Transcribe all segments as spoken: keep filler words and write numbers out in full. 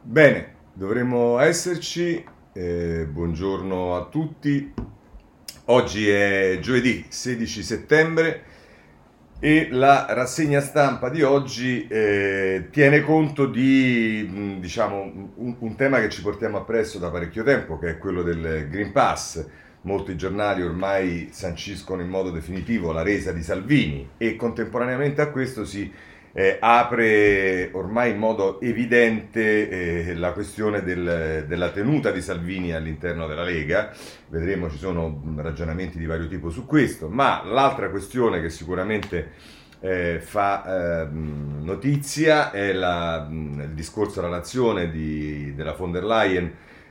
Bene, dovremmo esserci. Eh, buongiorno a tutti. Oggi è giovedì sedici settembre e la rassegna stampa di oggi eh, tiene conto di, mh, diciamo, un, un tema che ci portiamo appresso da parecchio tempo, che è quello del Green Pass. Molti giornali ormai sanciscono in modo definitivo la resa di Salvini e contemporaneamente a questo si eh, apre ormai in modo evidente eh, la questione del- della tenuta di Salvini all'interno della Lega. Vedremo, ci sono ragionamenti di vario tipo su questo, ma l'altra questione che sicuramente eh, fa eh, notizia è la- il discorso alla nazione di- della von der Leyen,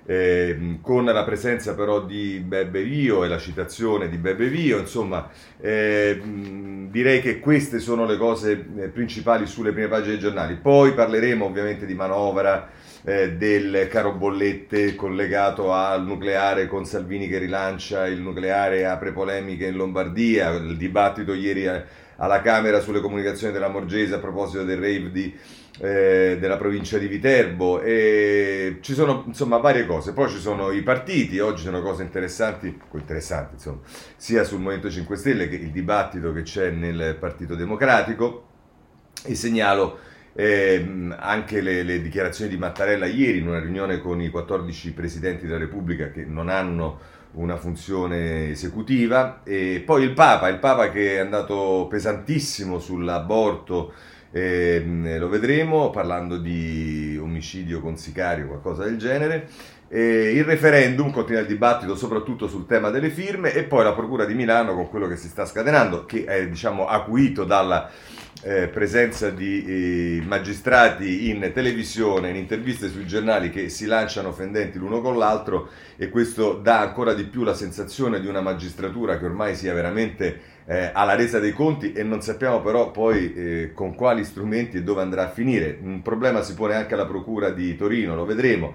eh, con la presenza però di Beppe Vio e la citazione di Beppe Vio. Insomma, eh, mh, direi che queste sono le cose eh, principali sulle prime pagine dei giornali. Poi parleremo ovviamente di manovra, eh, del caro bollette collegato al nucleare, con Salvini che rilancia il nucleare, apre polemiche in Lombardia, il dibattito ieri a- alla Camera sulle comunicazioni della Morgese a proposito del rave di, eh, della provincia di Viterbo. E ci sono insomma varie cose. Poi ci sono i partiti, oggi sono cose interessanti, interessanti insomma, sia sul Movimento cinque Stelle che il dibattito che c'è nel Partito Democratico. E segnalo ehm, anche le, le dichiarazioni di Mattarella ieri in una riunione con i quattordici presidenti della Repubblica che non hanno una funzione esecutiva. E poi il Papa, il Papa che è andato pesantissimo sull'aborto. Ehm, lo vedremo, parlando di omicidio con sicario, qualcosa del genere. Eh, il referendum, continua il dibattito soprattutto sul tema delle firme, e poi la Procura di Milano con quello che si sta scatenando, che è diciamo acuito dalla eh, presenza di eh, magistrati in televisione, in interviste sui giornali, che si lanciano fendenti l'uno con l'altro, e questo dà ancora di più la sensazione di una magistratura che ormai sia veramente eh, alla resa dei conti, e non sappiamo però poi eh, con quali strumenti e dove andrà a finire. Un problema si pone anche alla Procura di Torino, lo vedremo.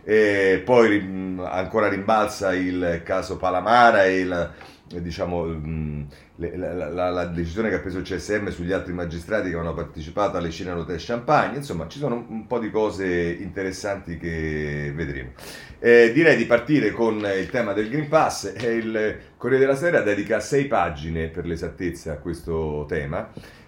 E poi mh, ancora rimbalza il caso Palamara e la, eh, diciamo, mh, le- la, la- la decisione che ha preso il C S M sugli altri magistrati che hanno partecipato alle cene all'Hotel Champagne. Insomma, ci sono un po' di cose interessanti che vedremo. Eh, direi di partire con il tema del Green Pass. E il Corriere della Sera dedica sei pagine per l'esattezza a questo tema.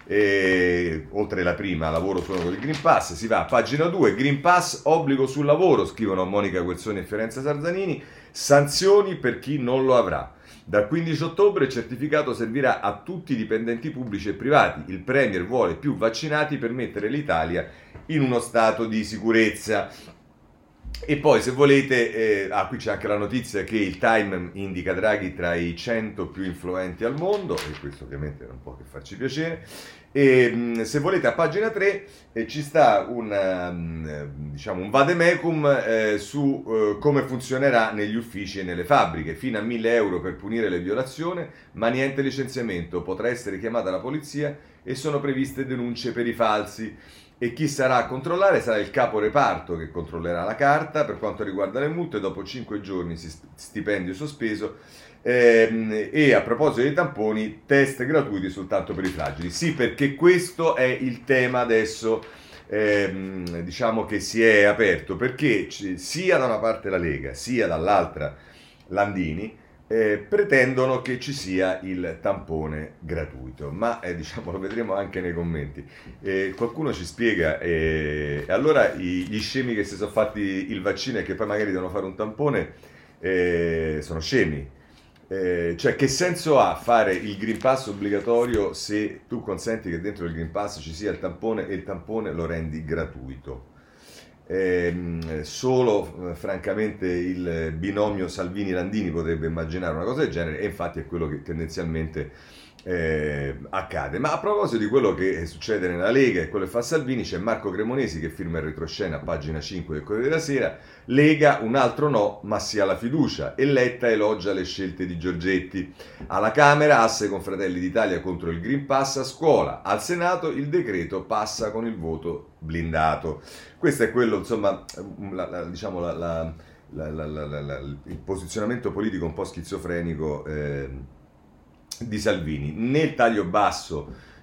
E, oltre la prima, lavoro solo con il Green Pass, si va a pagina due. Green Pass, obbligo sul lavoro, scrivono Monica Guerzoni e Fiorenza Sarzanini. Sanzioni per chi non lo avrà. Dal quindici ottobre il certificato servirà a tutti i dipendenti pubblici e privati. Il Premier vuole più vaccinati per mettere l'Italia in uno stato di sicurezza. E poi, se volete, eh, ah, qui c'è anche la notizia che il Time indica Draghi tra i cento più influenti al mondo, e questo ovviamente non può che farci piacere. E mh, se volete, a pagina tre eh, ci sta un, um, diciamo un vademecum eh, su eh, come funzionerà negli uffici e nelle fabbriche. Fino a mille euro per punire le violazioni, ma niente licenziamento, potrà essere chiamata la polizia e sono previste denunce per i falsi. E chi sarà a controllare sarà il capo reparto, che controllerà la carta. Per quanto riguarda le multe, dopo cinque giorni si stipendio sospeso. Ehm, e a proposito dei tamponi, test gratuiti soltanto per i fragili. Sì, perché questo è il tema adesso, ehm, diciamo, che si è aperto, perché ci- sia da una parte la Lega sia dall'altra Landini eh, pretendono che ci sia il tampone gratuito. Ma eh, diciamo, lo vedremo anche nei commenti. Eh, qualcuno ci spiega, eh, e allora i- gli scemi che si sono fatti il vaccino e che poi magari devono fare un tampone eh, sono scemi. Eh, cioè, che senso ha fare il Green Pass obbligatorio se tu consenti che dentro il Green Pass ci sia il tampone e il tampone lo rendi gratuito? Ehm, solo eh, francamente il binomio Salvini-Landini potrebbe immaginare una cosa del genere, e infatti è quello che tendenzialmente eh, accade. Ma a proposito di quello che succede nella Lega e quello che fa Salvini, c'è Marco Cremonesi che firma il retroscena a pagina cinque del Corriere della Sera. Lega un altro no, ma sia la fiducia, e Letta elogia le scelte di Giorgetti. Alla Camera asse con Fratelli d'Italia contro il Green Pass a scuola. Al Senato il decreto passa con il voto blindato. Questo è quello, insomma, la, la, diciamo la, la, la, la, la, la, il posizionamento politico un po' schizofrenico eh, di Salvini. Nel taglio basso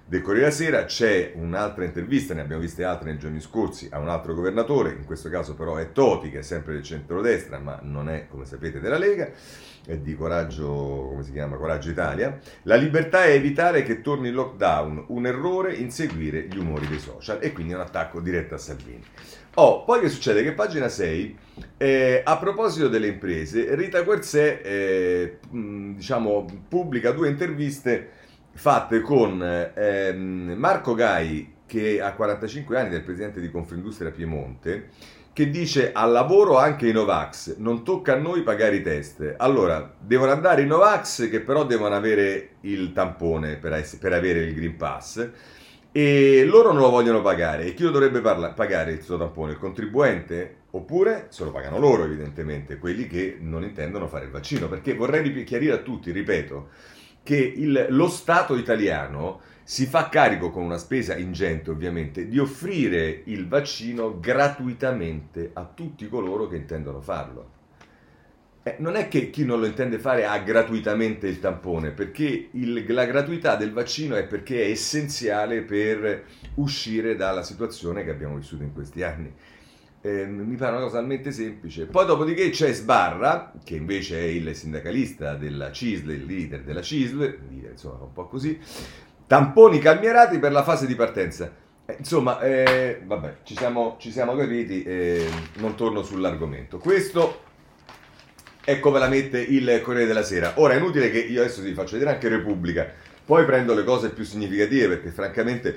del Corriere della Sera. C'è un'altra intervista, ne abbiamo viste altre nei giorni scorsi, a un altro governatore, in questo caso però è Toti, che è sempre del centrodestra, ma non è, come sapete, della Lega, è di Coraggio, come si chiama? Coraggio Italia. La libertà è evitare che torni il lockdown, un errore inseguire gli umori dei social, e quindi un attacco diretto a Salvini. Oh, poi che succede? Che pagina sei, eh, a proposito delle imprese, Rita Guerzè eh, mh, diciamo, pubblica due interviste fatte con ehm, Marco Gai, che ha quarantacinque anni, del presidente di Confindustria Piemonte, che dice: al lavoro anche i Novax, non tocca a noi pagare i test. Allora, devono andare i Novax, che però devono avere il tampone per, ess- per avere il Green Pass, e loro non lo vogliono pagare. E chi lo dovrebbe parla- pagare il suo tampone? Il contribuente? Oppure se lo pagano loro, evidentemente, quelli che non intendono fare il vaccino. Perché vorrei chiarire a tutti, ripeto, che il, lo Stato italiano si fa carico, con una spesa ingente ovviamente, di offrire il vaccino gratuitamente a tutti coloro che intendono farlo. Eh, non è che chi non lo intende fare ha gratuitamente il tampone, perché il, la gratuità del vaccino è perché è essenziale per uscire dalla situazione che abbiamo vissuto in questi anni. Eh, mi pare una cosa talmente semplice. Poi dopodiché c'è Sbarra, che invece è il sindacalista della C I S L, il leader della C I S L, leader, insomma un po' così, tamponi calmierati per la fase di partenza. Eh, insomma, eh, vabbè, ci siamo, ci siamo capiti, eh, non torno sull'argomento. Questo è come la mette il Corriere della Sera. Ora è inutile che io adesso vi faccio vedere anche Repubblica, poi prendo le cose più significative, perché francamente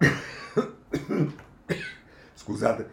scusate,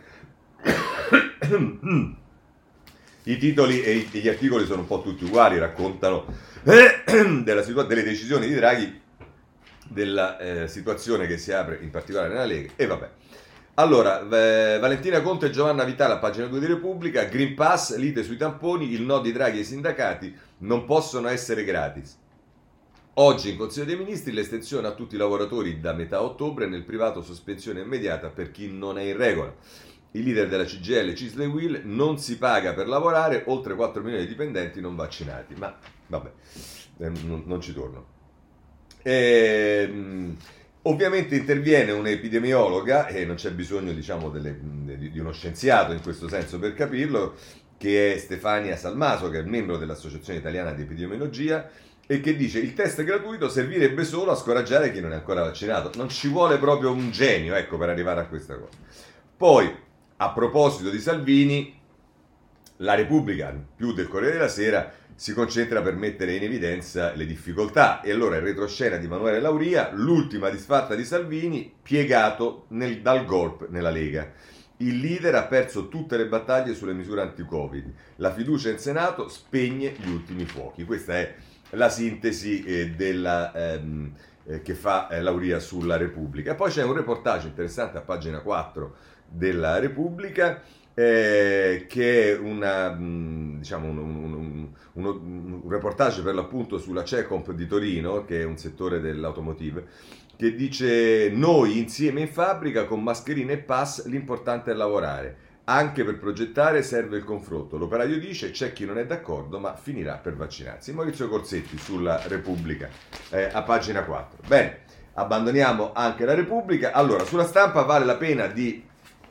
i titoli e gli articoli sono un po' tutti uguali, raccontano della situa- delle decisioni di Draghi, della eh, situazione che si apre in particolare nella Lega, e vabbè. Allora, eh, Valentina Conte e Giovanna Vitale, a pagina due di Repubblica: Green Pass, lite sui tamponi, il no di Draghi ai sindacati, non possono essere gratis. Oggi in Consiglio dei Ministri l'estensione a tutti i lavoratori da metà ottobre, nel privato sospensione immediata per chi non è in regola. Il leader della C G I L, Cisle Will: non si paga per lavorare, oltre quattro milioni di dipendenti non vaccinati. Ma vabbè, eh, non, non ci torno. Ehm... Ovviamente interviene un'epidemiologa, e non c'è bisogno, diciamo, delle, di uno scienziato in questo senso per capirlo, che è Stefania Salmaso, che è membro dell'Associazione Italiana di Epidemiologia, e che dice: il test gratuito servirebbe solo a scoraggiare chi non è ancora vaccinato. Non ci vuole proprio un genio, ecco, per arrivare a questa cosa. Poi, a proposito di Salvini, la Repubblica, più del Corriere della Sera, si concentra per mettere in evidenza le difficoltà. E allora il retroscena di Emanuele Lauria: l'ultima disfatta di Salvini, piegato nel, dal golpe nella Lega. Il leader ha perso tutte le battaglie sulle misure anti-Covid. La fiducia in Senato spegne gli ultimi fuochi. Questa è la sintesi eh, della, ehm, eh, che fa eh, Lauria sulla Repubblica. Poi c'è un reportage interessante a pagina quattro della Repubblica, Eh, che è una, mh, diciamo un, un, un, uno, un reportage per l'appunto sulla Cecomp di Torino, che è un settore dell'automotive, che dice: noi insieme in fabbrica con mascherine e pass, l'importante è lavorare, anche per progettare serve il confronto. L'operaio dice: c'è chi non è d'accordo ma finirà per vaccinarsi. Maurizio Corsetti sulla Repubblica, eh, a pagina quattro. Bene, abbandoniamo anche la Repubblica. Allora, sulla Stampa vale la pena di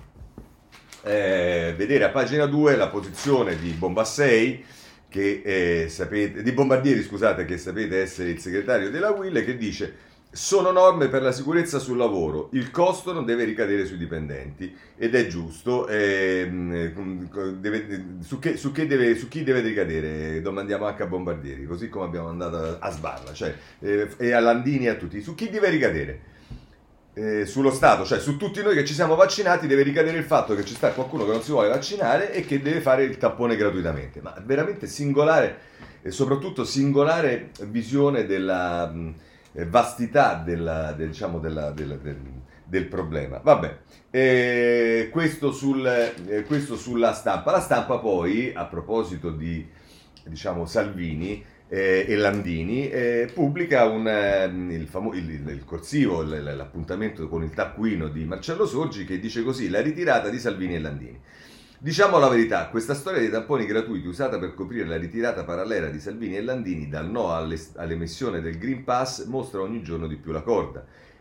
Eh, vedere a pagina due la posizione di Bombassei, che eh, sapete, di Bombardieri, scusate, che sapete essere il segretario della U I L, che dice: sono norme per la sicurezza sul lavoro, il costo non deve ricadere sui dipendenti, ed è giusto. eh, deve, su, che, su, che deve, su chi deve ricadere? Domandiamo anche a Bombardieri, così come abbiamo mandato a Sbarra, cioè, eh, e a Landini e a tutti. Su chi deve ricadere? Eh, sullo Stato, cioè su tutti noi che ci siamo vaccinati deve ricadere il fatto che ci sta qualcuno che non si vuole vaccinare e che deve fare il tampone gratuitamente. Ma veramente singolare, e soprattutto singolare visione della mh, vastità della, del, diciamo della, della, del, del problema. Vabbè, eh, questo, sul, eh, questo sulla Stampa. La Stampa poi, a proposito di, diciamo, Salvini Eh, e Landini, eh, pubblica un, eh, il, famo- il, il corsivo, l- l'appuntamento con il taccuino di Marcello Sorgi, che dice così: la ritirata di Salvini e Landini. Diciamo la verità, questa storia dei tamponi gratuiti usata per coprire la ritirata parallela di Salvini e Landini dal no alle- all'emissione del Green Pass mostra ogni giorno di più la corda.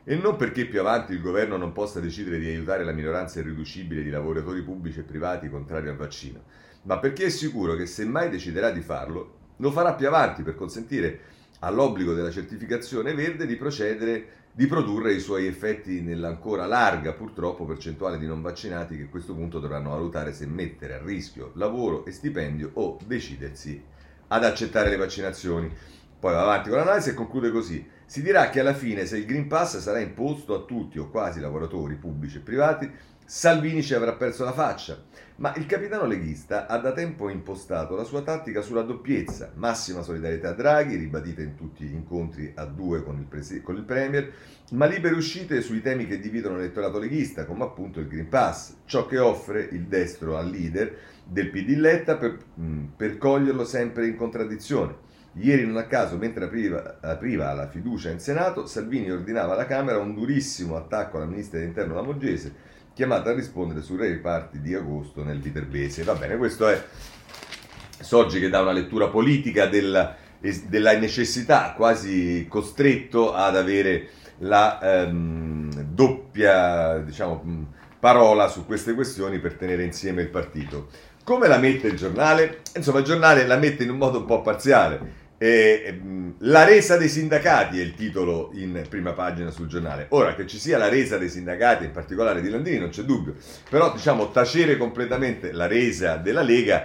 E non perché più avanti il governo non possa decidere di aiutare la minoranza irriducibile di lavoratori pubblici e privati contrari al vaccino, ma perché è sicuro che se mai deciderà di farlo, lo farà più avanti per consentire all'obbligo della certificazione verde di procedere, di produrre i suoi effetti nell'ancora larga, purtroppo, percentuale di non vaccinati che a questo punto dovranno valutare se mettere a rischio lavoro e stipendio o decidersi ad accettare le vaccinazioni. Poi va avanti con l'analisi e conclude così. Si dirà che alla fine, se il Green Pass sarà imposto a tutti o quasi lavoratori pubblici e privati, Salvini ci avrà perso la faccia. Ma il capitano leghista ha da tempo impostato la sua tattica sulla doppiezza, massima solidarietà a Draghi, ribadita in tutti gli incontri a due con il, presi- con il Premier, ma libere uscite sui temi che dividono l'elettorato leghista, come appunto il Green Pass, ciò che offre il destro al leader del P D Letta per, mh, per coglierlo sempre in contraddizione. Ieri, non a caso, mentre apriva, apriva la fiducia in Senato, Salvini ordinava alla Camera un durissimo attacco alla ministra dell'Interno Lamorgese, chiamata a rispondere sui rave party di agosto nel Viterbese. Va bene, questo è Soggi che dà una lettura politica della, della necessità, quasi costretto ad avere la ehm, doppia, diciamo, parola su queste questioni per tenere insieme il partito. Come la mette il giornale? Insomma, il giornale la mette in un modo un po' parziale. Eh, la resa dei sindacati è il titolo in prima pagina sul giornale. Ora, che ci sia la resa dei sindacati, in particolare di Landini, non c'è dubbio, però diciamo tacere completamente la resa della Lega,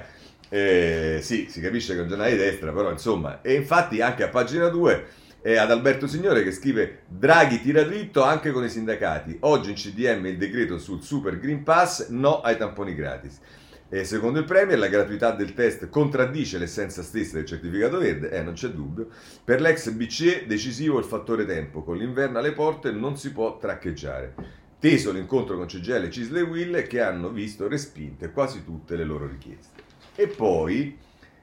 eh, sì, si capisce che è un giornale di destra, però insomma, e infatti anche a pagina due è ad Alberto Signore che scrive: Draghi tira dritto anche con i sindacati, oggi in C D M il decreto sul Super Green Pass, no ai tamponi gratis. E secondo il Premier la gratuità del test contraddice l'essenza stessa del certificato verde, eh, non c'è dubbio. Per l'ex B C E decisivo il fattore tempo, con l'inverno alle porte non si può traccheggiare. Teso l'incontro con C G I L, Cisle e Will che hanno visto respinte quasi tutte le loro richieste. E poi,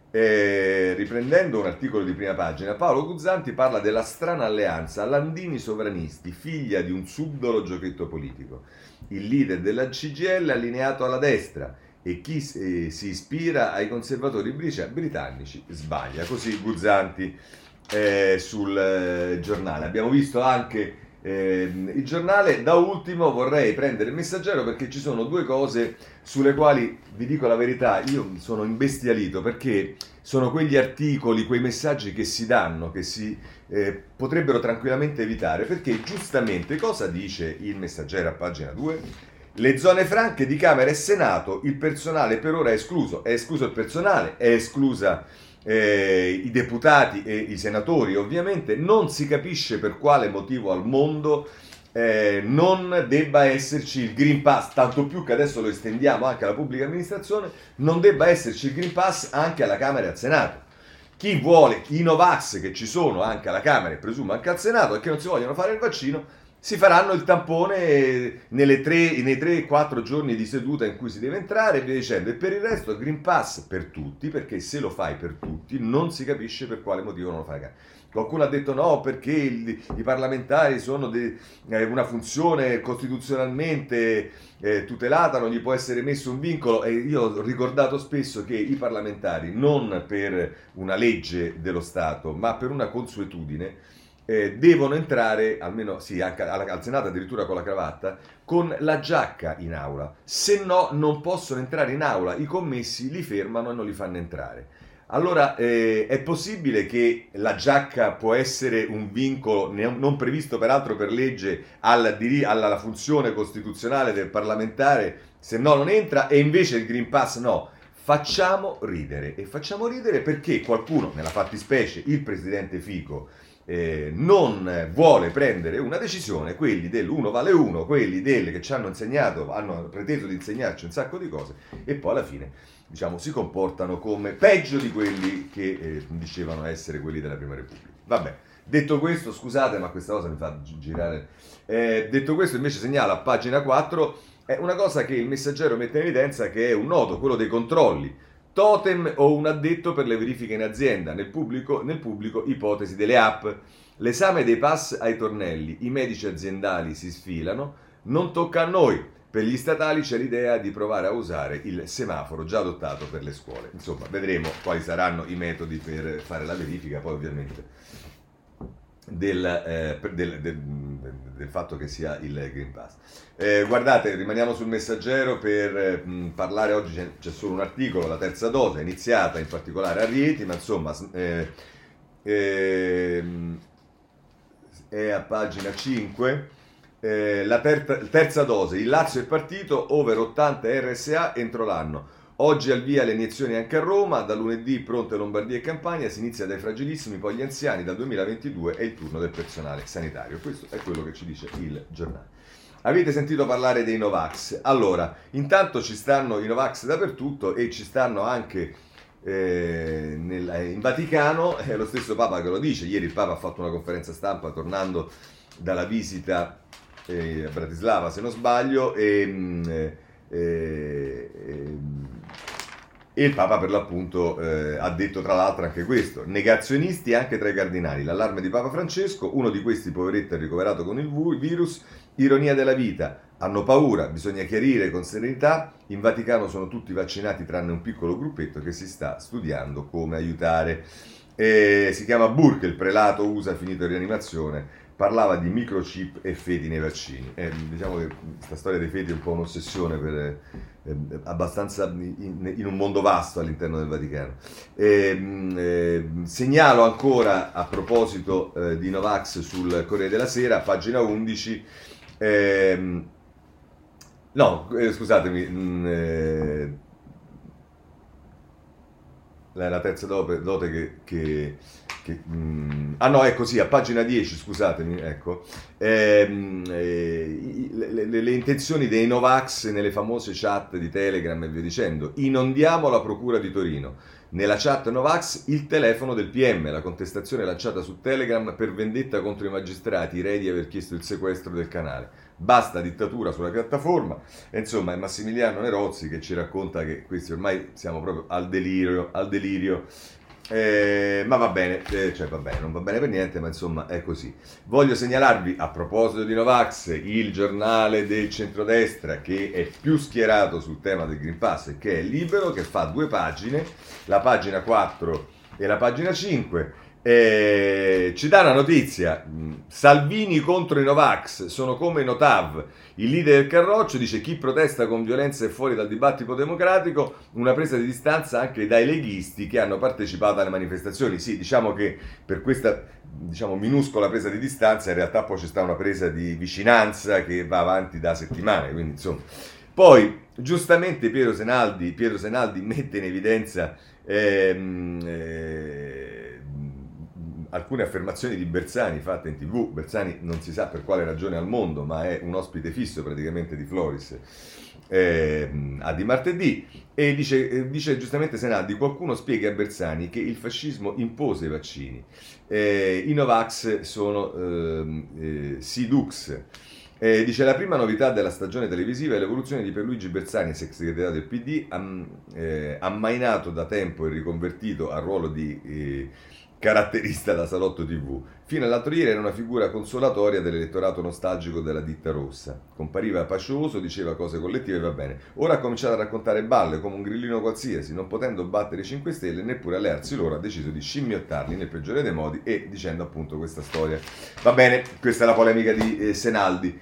eh, riprendendo un articolo di prima pagina, Paolo Guzzanti parla della strana alleanza Landini-Sovranisti, figlia di un subdolo giochetto politico. Il leader della C G I L allineato alla destra, e chi eh, si ispira ai conservatori britannici sbaglia. Così Guzzanti eh, sul eh, giornale. Abbiamo visto anche eh, il giornale. Da ultimo vorrei prendere il Messaggero perché ci sono due cose sulle quali, vi dico la verità, io sono imbestialito, perché sono quegli articoli, quei messaggi che si danno, che si eh, potrebbero tranquillamente evitare, perché giustamente cosa dice il Messaggero a pagina due? Le zone franche di Camera e Senato, il personale per ora è escluso, è escluso il personale, è esclusa eh, i deputati e i senatori, ovviamente non si capisce per quale motivo al mondo eh, non debba esserci il Green Pass, tanto più che adesso lo estendiamo anche alla pubblica amministrazione, non debba esserci il Green Pass anche alla Camera e al Senato. Chi vuole, i Novax che ci sono anche alla Camera e presumo anche al Senato e che non si vogliono fare il vaccino, si faranno il tampone nelle tre, nei tre quattro giorni di seduta in cui si deve entrare e via dicendo. E per il resto il Green Pass per tutti, perché se lo fai per tutti non si capisce per quale motivo non lo fai. Qualcuno ha detto no, perché il, i parlamentari sono de, eh, una funzione costituzionalmente eh, tutelata, non gli può essere messo un vincolo. E io ho ricordato spesso che i parlamentari, non per una legge dello Stato, ma per una consuetudine, Eh, devono entrare, almeno sì, anche al, al Senato addirittura con la cravatta, con la giacca in aula, se no non possono entrare in aula, i commessi li fermano e non li fanno entrare. Allora eh, è possibile che la giacca può essere un vincolo non previsto peraltro per legge alla, alla, alla funzione costituzionale del parlamentare, se no non entra, e invece il Green Pass no. Facciamo ridere, e facciamo ridere perché qualcuno, nella fattispecie il presidente Fico, Eh, non vuole prendere una decisione, quelli dell'uno vale uno, quelli del che ci hanno insegnato, hanno preteso di insegnarci un sacco di cose, e poi alla fine, diciamo, si comportano come peggio di quelli che eh, dicevano essere quelli della Prima Repubblica. Vabbè, detto questo, scusate, ma questa cosa mi fa girare. Eh, detto questo, invece segnalo a pagina quattro è una cosa che il Messaggero mette in evidenza, che è un nodo, quello dei controlli. Totem o un addetto per le verifiche in azienda, nel pubblico, nel pubblico ipotesi delle app. L'esame dei pass ai tornelli, i medici aziendali si sfilano, non tocca a noi. Per gli statali c'è l'idea di provare a usare il semaforo già adottato per le scuole. Insomma, vedremo quali saranno i metodi per fare la verifica, poi ovviamente del, eh, del, del, del fatto che sia il Green Pass. Eh, guardate, rimaniamo sul Messaggero per mh, parlare oggi, c'è, c'è solo un articolo, la terza dose è iniziata in particolare a Rieti, ma insomma eh, eh, è a pagina cinque. Eh, la ter- terza dose, il Lazio è partito, over ottanta R S A entro l'anno. Oggi al via le iniezioni anche a Roma, da lunedì pronte Lombardia e Campania, si inizia dai fragilissimi, poi gli anziani, dal duemilaventidue è il turno del personale sanitario. Questo è quello che ci dice il giornale. Avete sentito parlare dei Novax? Allora, intanto ci stanno i Novax dappertutto e ci stanno anche eh, nel, in Vaticano, è lo stesso Papa che lo dice. Ieri il Papa ha fatto una conferenza stampa tornando dalla visita eh, a Bratislava, se non sbaglio, e... Eh, eh, E il Papa per l'appunto eh, ha detto tra l'altro anche questo: negazionisti anche tra i cardinali, l'allarme di Papa Francesco, uno di questi poveretto è ricoverato con il virus, ironia della vita, hanno paura, bisogna chiarire con serenità, in Vaticano sono tutti vaccinati tranne un piccolo gruppetto che si sta studiando come aiutare. Eh, si chiama Burke, il prelato U S A finito in rianimazione, parlava di microchip e feti nei vaccini. Eh, diciamo che questa storia dei feti è un po' un'ossessione per, eh, abbastanza in, in un mondo vasto all'interno del Vaticano. Eh, eh, segnalo ancora a proposito eh, di Novax sul Corriere della Sera, pagina undici. Eh, no, eh, scusatemi. Mh, eh, la, la terza dote, dote che... che Che, mm, ah no, ecco sì, a pagina dieci, scusatemi, ecco, ehm, eh, le, le, le intenzioni dei Novax nelle famose chat di Telegram e via dicendo. Inondiamo la procura di Torino. Nella chat Novax il telefono del P M, la contestazione lanciata su Telegram per vendetta contro i magistrati, rei di aver chiesto il sequestro del canale. Basta dittatura sulla piattaforma. E insomma è Massimiliano Nerozzi che ci racconta che questi ormai siamo proprio al delirio, al delirio. Eh, ma va bene, eh, cioè va bene, non va bene per niente, ma insomma è così. Voglio segnalarvi, a proposito di Novax, il giornale del centrodestra che è più schierato sul tema del Green Pass e che è Libero, che fa due pagine, la pagina quattro e la pagina cinque. Eh, ci dà una notizia: Salvini contro i Novax sono come i Notav. Il leader del Carroccio dice: chi protesta con violenza è fuori dal dibattito democratico. Una presa di distanza anche dai leghisti che hanno partecipato alle manifestazioni. Sì, diciamo che per questa, diciamo, minuscola presa di distanza in realtà poi c'è stata una presa di vicinanza che va avanti da settimane, quindi insomma. Poi giustamente Piero Senaldi, Piero Senaldi mette in evidenza ehm, eh, alcune affermazioni di Bersani fatte in tv. Bersani non si sa per quale ragione al mondo, ma è un ospite fisso praticamente di Floris eh, a di martedì, e dice, eh, dice giustamente Senaldi: qualcuno spiega a Bersani che il fascismo impose i vaccini, eh, i Novax sono eh, eh, Sidux. Eh, dice: la prima novità della stagione televisiva è l'evoluzione di Pierluigi Bersani, ex segretario del P D, am, eh, ammainato da tempo e riconvertito al ruolo di eh, caratterista da salotto tivù. Fino all'altro ieri era una figura consolatoria dell'elettorato nostalgico della ditta rossa. Compariva pacioso, diceva cose collettive e va bene. Ora ha cominciato a raccontare balle come un grillino qualsiasi, non potendo battere i cinque Stelle e neppure allearsi loro, ha deciso di scimmiottarli nel peggiore dei modi, e dicendo appunto questa storia. Va bene, questa è la polemica di eh, Senaldi.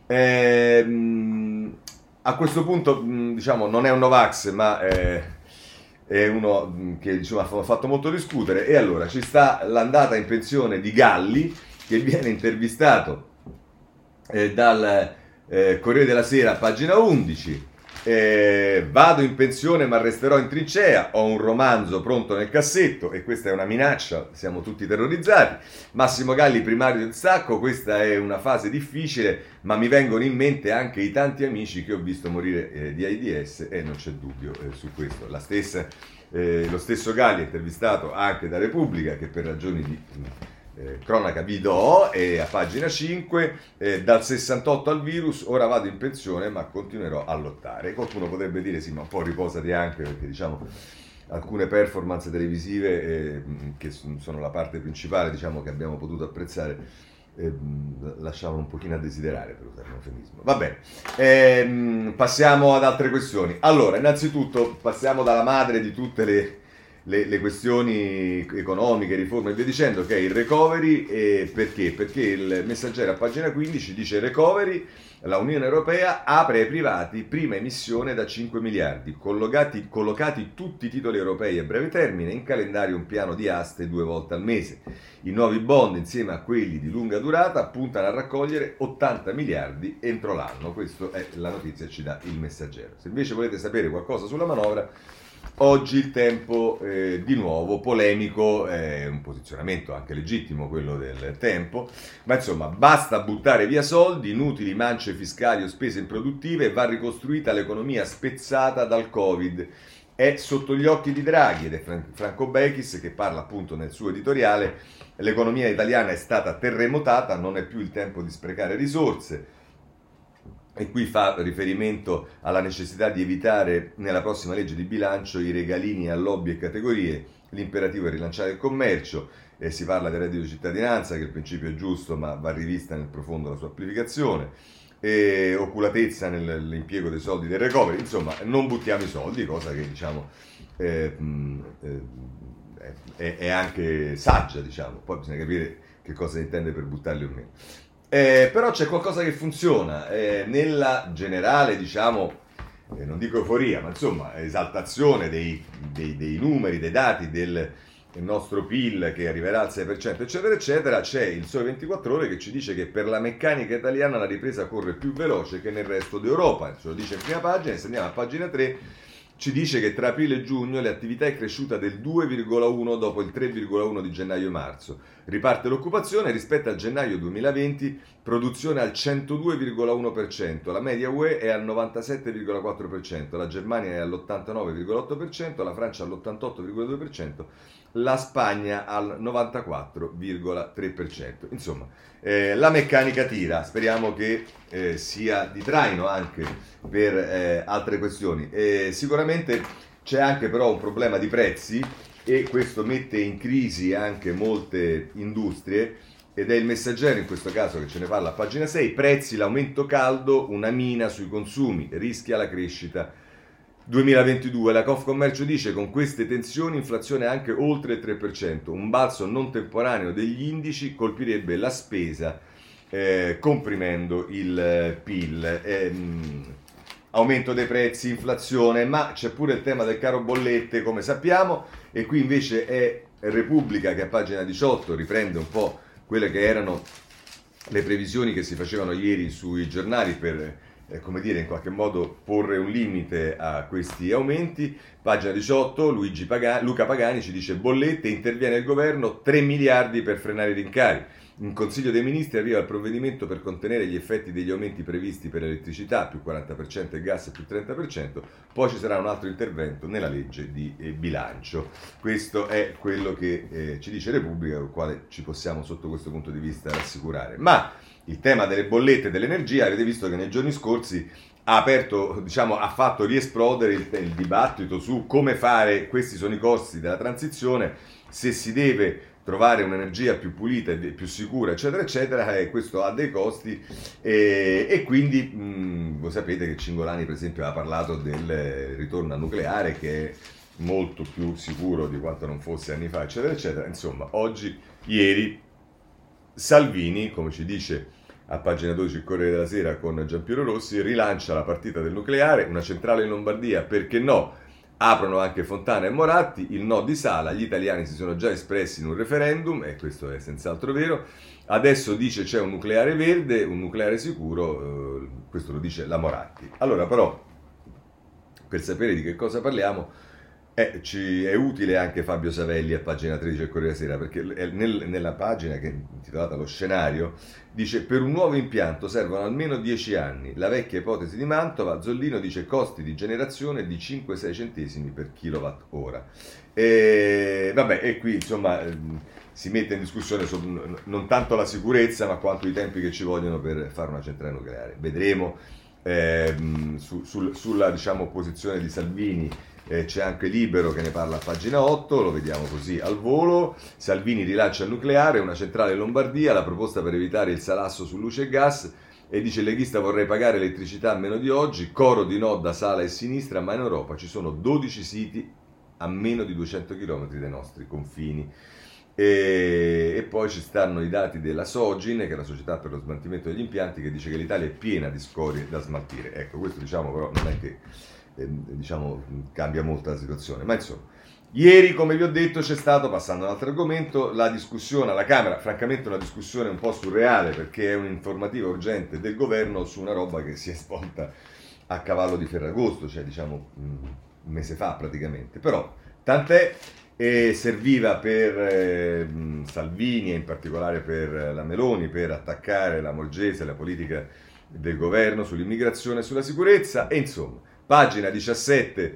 Ehm, a questo punto, mh, diciamo, non è un Novax, ma... Eh, è uno che diciamo, ha fatto molto discutere. E allora ci sta l'andata in pensione di Galli, che viene intervistato eh, dal eh, Corriere della Sera, pagina undici. Eh, vado in pensione ma resterò in trincea, ho un romanzo pronto nel cassetto, e questa è una minaccia, siamo tutti terrorizzati. Massimo Galli, primario del Sacco: questa è una fase difficile, ma mi vengono in mente anche i tanti amici che ho visto morire eh, di AIDS, e non c'è dubbio eh, su questo. La stessa, eh, lo stesso Galli è intervistato anche da Repubblica, che per ragioni di Eh, cronaca vi do, e a pagina cinque, eh, dal sessantotto al virus, ora vado in pensione ma continuerò a lottare. Qualcuno potrebbe dire: sì, ma un po' riposati anche, perché diciamo alcune performance televisive eh, che sono la parte principale, diciamo, che abbiamo potuto apprezzare, eh, lasciavano un pochino a desiderare, per usare un eufemismo. Va bene, eh, passiamo ad altre questioni. Allora, innanzitutto passiamo dalla madre di tutte le le, le questioni economiche, riforme e via dicendo, che è il recovery. E perché? Perché il Messaggero a pagina quindici dice recovery, la Unione Europea apre ai privati prima emissione da cinque miliardi, collocati, collocati tutti i titoli europei a breve termine, in calendario un piano di aste due volte al mese. I nuovi bond insieme a quelli di lunga durata puntano a raccogliere ottanta miliardi entro l'anno. Questa è la notizia che ci dà il Messaggero. Se invece volete sapere qualcosa sulla manovra, oggi il Tempo, eh, di nuovo polemico, è un posizionamento anche legittimo quello del Tempo, ma insomma basta buttare via soldi, inutili mance fiscali o spese improduttive, va ricostruita l'economia spezzata dal Covid. È sotto gli occhi di Draghi, ed è Franco Bechis che parla appunto nel suo editoriale: l'economia italiana è stata terremotata, non è più il tempo di sprecare risorse. E qui fa riferimento alla necessità di evitare nella prossima legge di bilancio i regalini a lobby e categorie. L'imperativo è rilanciare il commercio, e si parla del reddito di cittadinanza, che il principio è giusto ma va rivista nel profondo la sua applicazione, e oculatezza nell'impiego dei soldi del recovery. Insomma, non buttiamo i soldi, cosa che diciamo eh, eh, è, è anche saggia, diciamo. Poi bisogna capire che cosa intende per buttarli o meno. Eh, però c'è qualcosa che funziona eh, nella generale, diciamo, eh, non dico euforia, ma insomma esaltazione dei, dei, dei numeri, dei dati del, del nostro P I L che arriverà al sei per cento, eccetera eccetera. C'è il Sole ventiquattro Ore che ci dice che per la meccanica italiana la ripresa corre più veloce che nel resto d'Europa. Ce lo dice in prima pagina. E se andiamo a pagina tre, ci dice che tra aprile e giugno l'attività è cresciuta del due virgola uno dopo il tre virgola uno di gennaio e marzo. Riparte l'occupazione, rispetto al gennaio duemilaventi, produzione al centodue virgola uno per cento, la media U E è al novantasette virgola quattro per cento, la Germania è all'ottantanove virgola otto per cento, la Francia all'ottantotto virgola due per cento, la Spagna al novantaquattro virgola tre per cento. Insomma, eh, la meccanica tira, speriamo che eh, sia di traino anche per eh, altre questioni. Eh, sicuramente c'è anche però un problema di prezzi, e questo mette in crisi anche molte industrie, ed è il Messaggero in questo caso che ce ne parla a pagina sei. Prezzi, l'aumento caldo, una mina sui consumi, rischia la crescita duemilaventidue. La Confcommercio dice: con queste tensioni inflazione anche oltre il tre per cento, un balzo non temporaneo degli indici colpirebbe la spesa eh, comprimendo il P I L. Eh, aumento dei prezzi, inflazione, ma c'è pure il tema del caro bollette, come sappiamo, e qui invece è Repubblica che a pagina diciotto riprende un po' quelle che erano le previsioni che si facevano ieri sui giornali per, eh, come dire, in qualche modo porre un limite a questi aumenti. Pagina diciotto, Luigi Pagani, Luca Pagani ci dice: bollette, interviene il governo, tre miliardi per frenare i rincari. In Consiglio dei Ministri arriva il provvedimento per contenere gli effetti degli aumenti previsti per l'elettricità, più quaranta per cento, e gas più trenta per cento, poi ci sarà un altro intervento nella legge di eh, bilancio. Questo è quello che eh, ci dice Repubblica, con il quale ci possiamo sotto questo punto di vista rassicurare. Ma il tema delle bollette e dell'energia, avete visto che nei giorni scorsi ha aperto, diciamo, ha fatto riesplodere il, il dibattito su come fare. Questi sono i costi della transizione, se si deve trovare un'energia più pulita e più sicura, eccetera, eccetera, e questo ha dei costi, e, e quindi mh, voi sapete che Cingolani, per esempio, ha parlato del ritorno al nucleare, che è molto più sicuro di quanto non fosse anni fa, eccetera, eccetera. Insomma, oggi, ieri, Salvini, come ci dice a pagina dodici il Corriere della Sera con Giampiero Rossi, rilancia la partita del nucleare, una centrale in Lombardia, perché no? Aprono anche Fontana e Moratti, il no di Sala, gli italiani si sono già espressi in un referendum, e questo è senz'altro vero. Adesso dice c'è un nucleare verde, un nucleare sicuro, eh, questo lo dice la Moratti. Allora però, per sapere di che cosa parliamo, eh, ci è utile anche Fabio Savelli a pagina tredici del Corriere della Sera, perché nel, nella pagina che è intitolata Lo scenario dice: per un nuovo impianto servono almeno dieci anni, la vecchia ipotesi di Mantova. Zollino dice costi di generazione di cinque sei centesimi per kilowatt ora. E vabbè, e qui insomma si mette in discussione non tanto la sicurezza, ma quanto i tempi che ci vogliono per fare una centrale nucleare. Vedremo eh, su, sul, sulla, diciamo, posizione di Salvini. Eh, c'è anche Libero che ne parla a pagina otto, lo vediamo così al volo. Salvini rilancia il nucleare, una centrale in Lombardia, la proposta per evitare il salasso su luce e gas, e dice: il leghista vorrei pagare elettricità a meno di oggi, coro di no da Sala e sinistra, ma in Europa ci sono dodici siti a meno di duecento chilometri dai nostri confini. E, e poi ci stanno i dati della Sogin, che è la società per lo smaltimento degli impianti, che dice che l'Italia è piena di scorie da smaltire. Ecco, questo diciamo però non è che eh, diciamo, cambia molto la situazione, ma insomma. Ieri, come vi ho detto, c'è stato, passando a un altro argomento, la discussione alla Camera, francamente una discussione un po' surreale, perché è un'informativa urgente del governo su una roba che si è svolta a cavallo di Ferragosto, cioè diciamo un mese fa praticamente, però tant'è. E serviva per eh, Salvini e in particolare per la Meloni per attaccare la Morgese, la politica del governo sull'immigrazione e sulla sicurezza. E insomma, pagina diciassette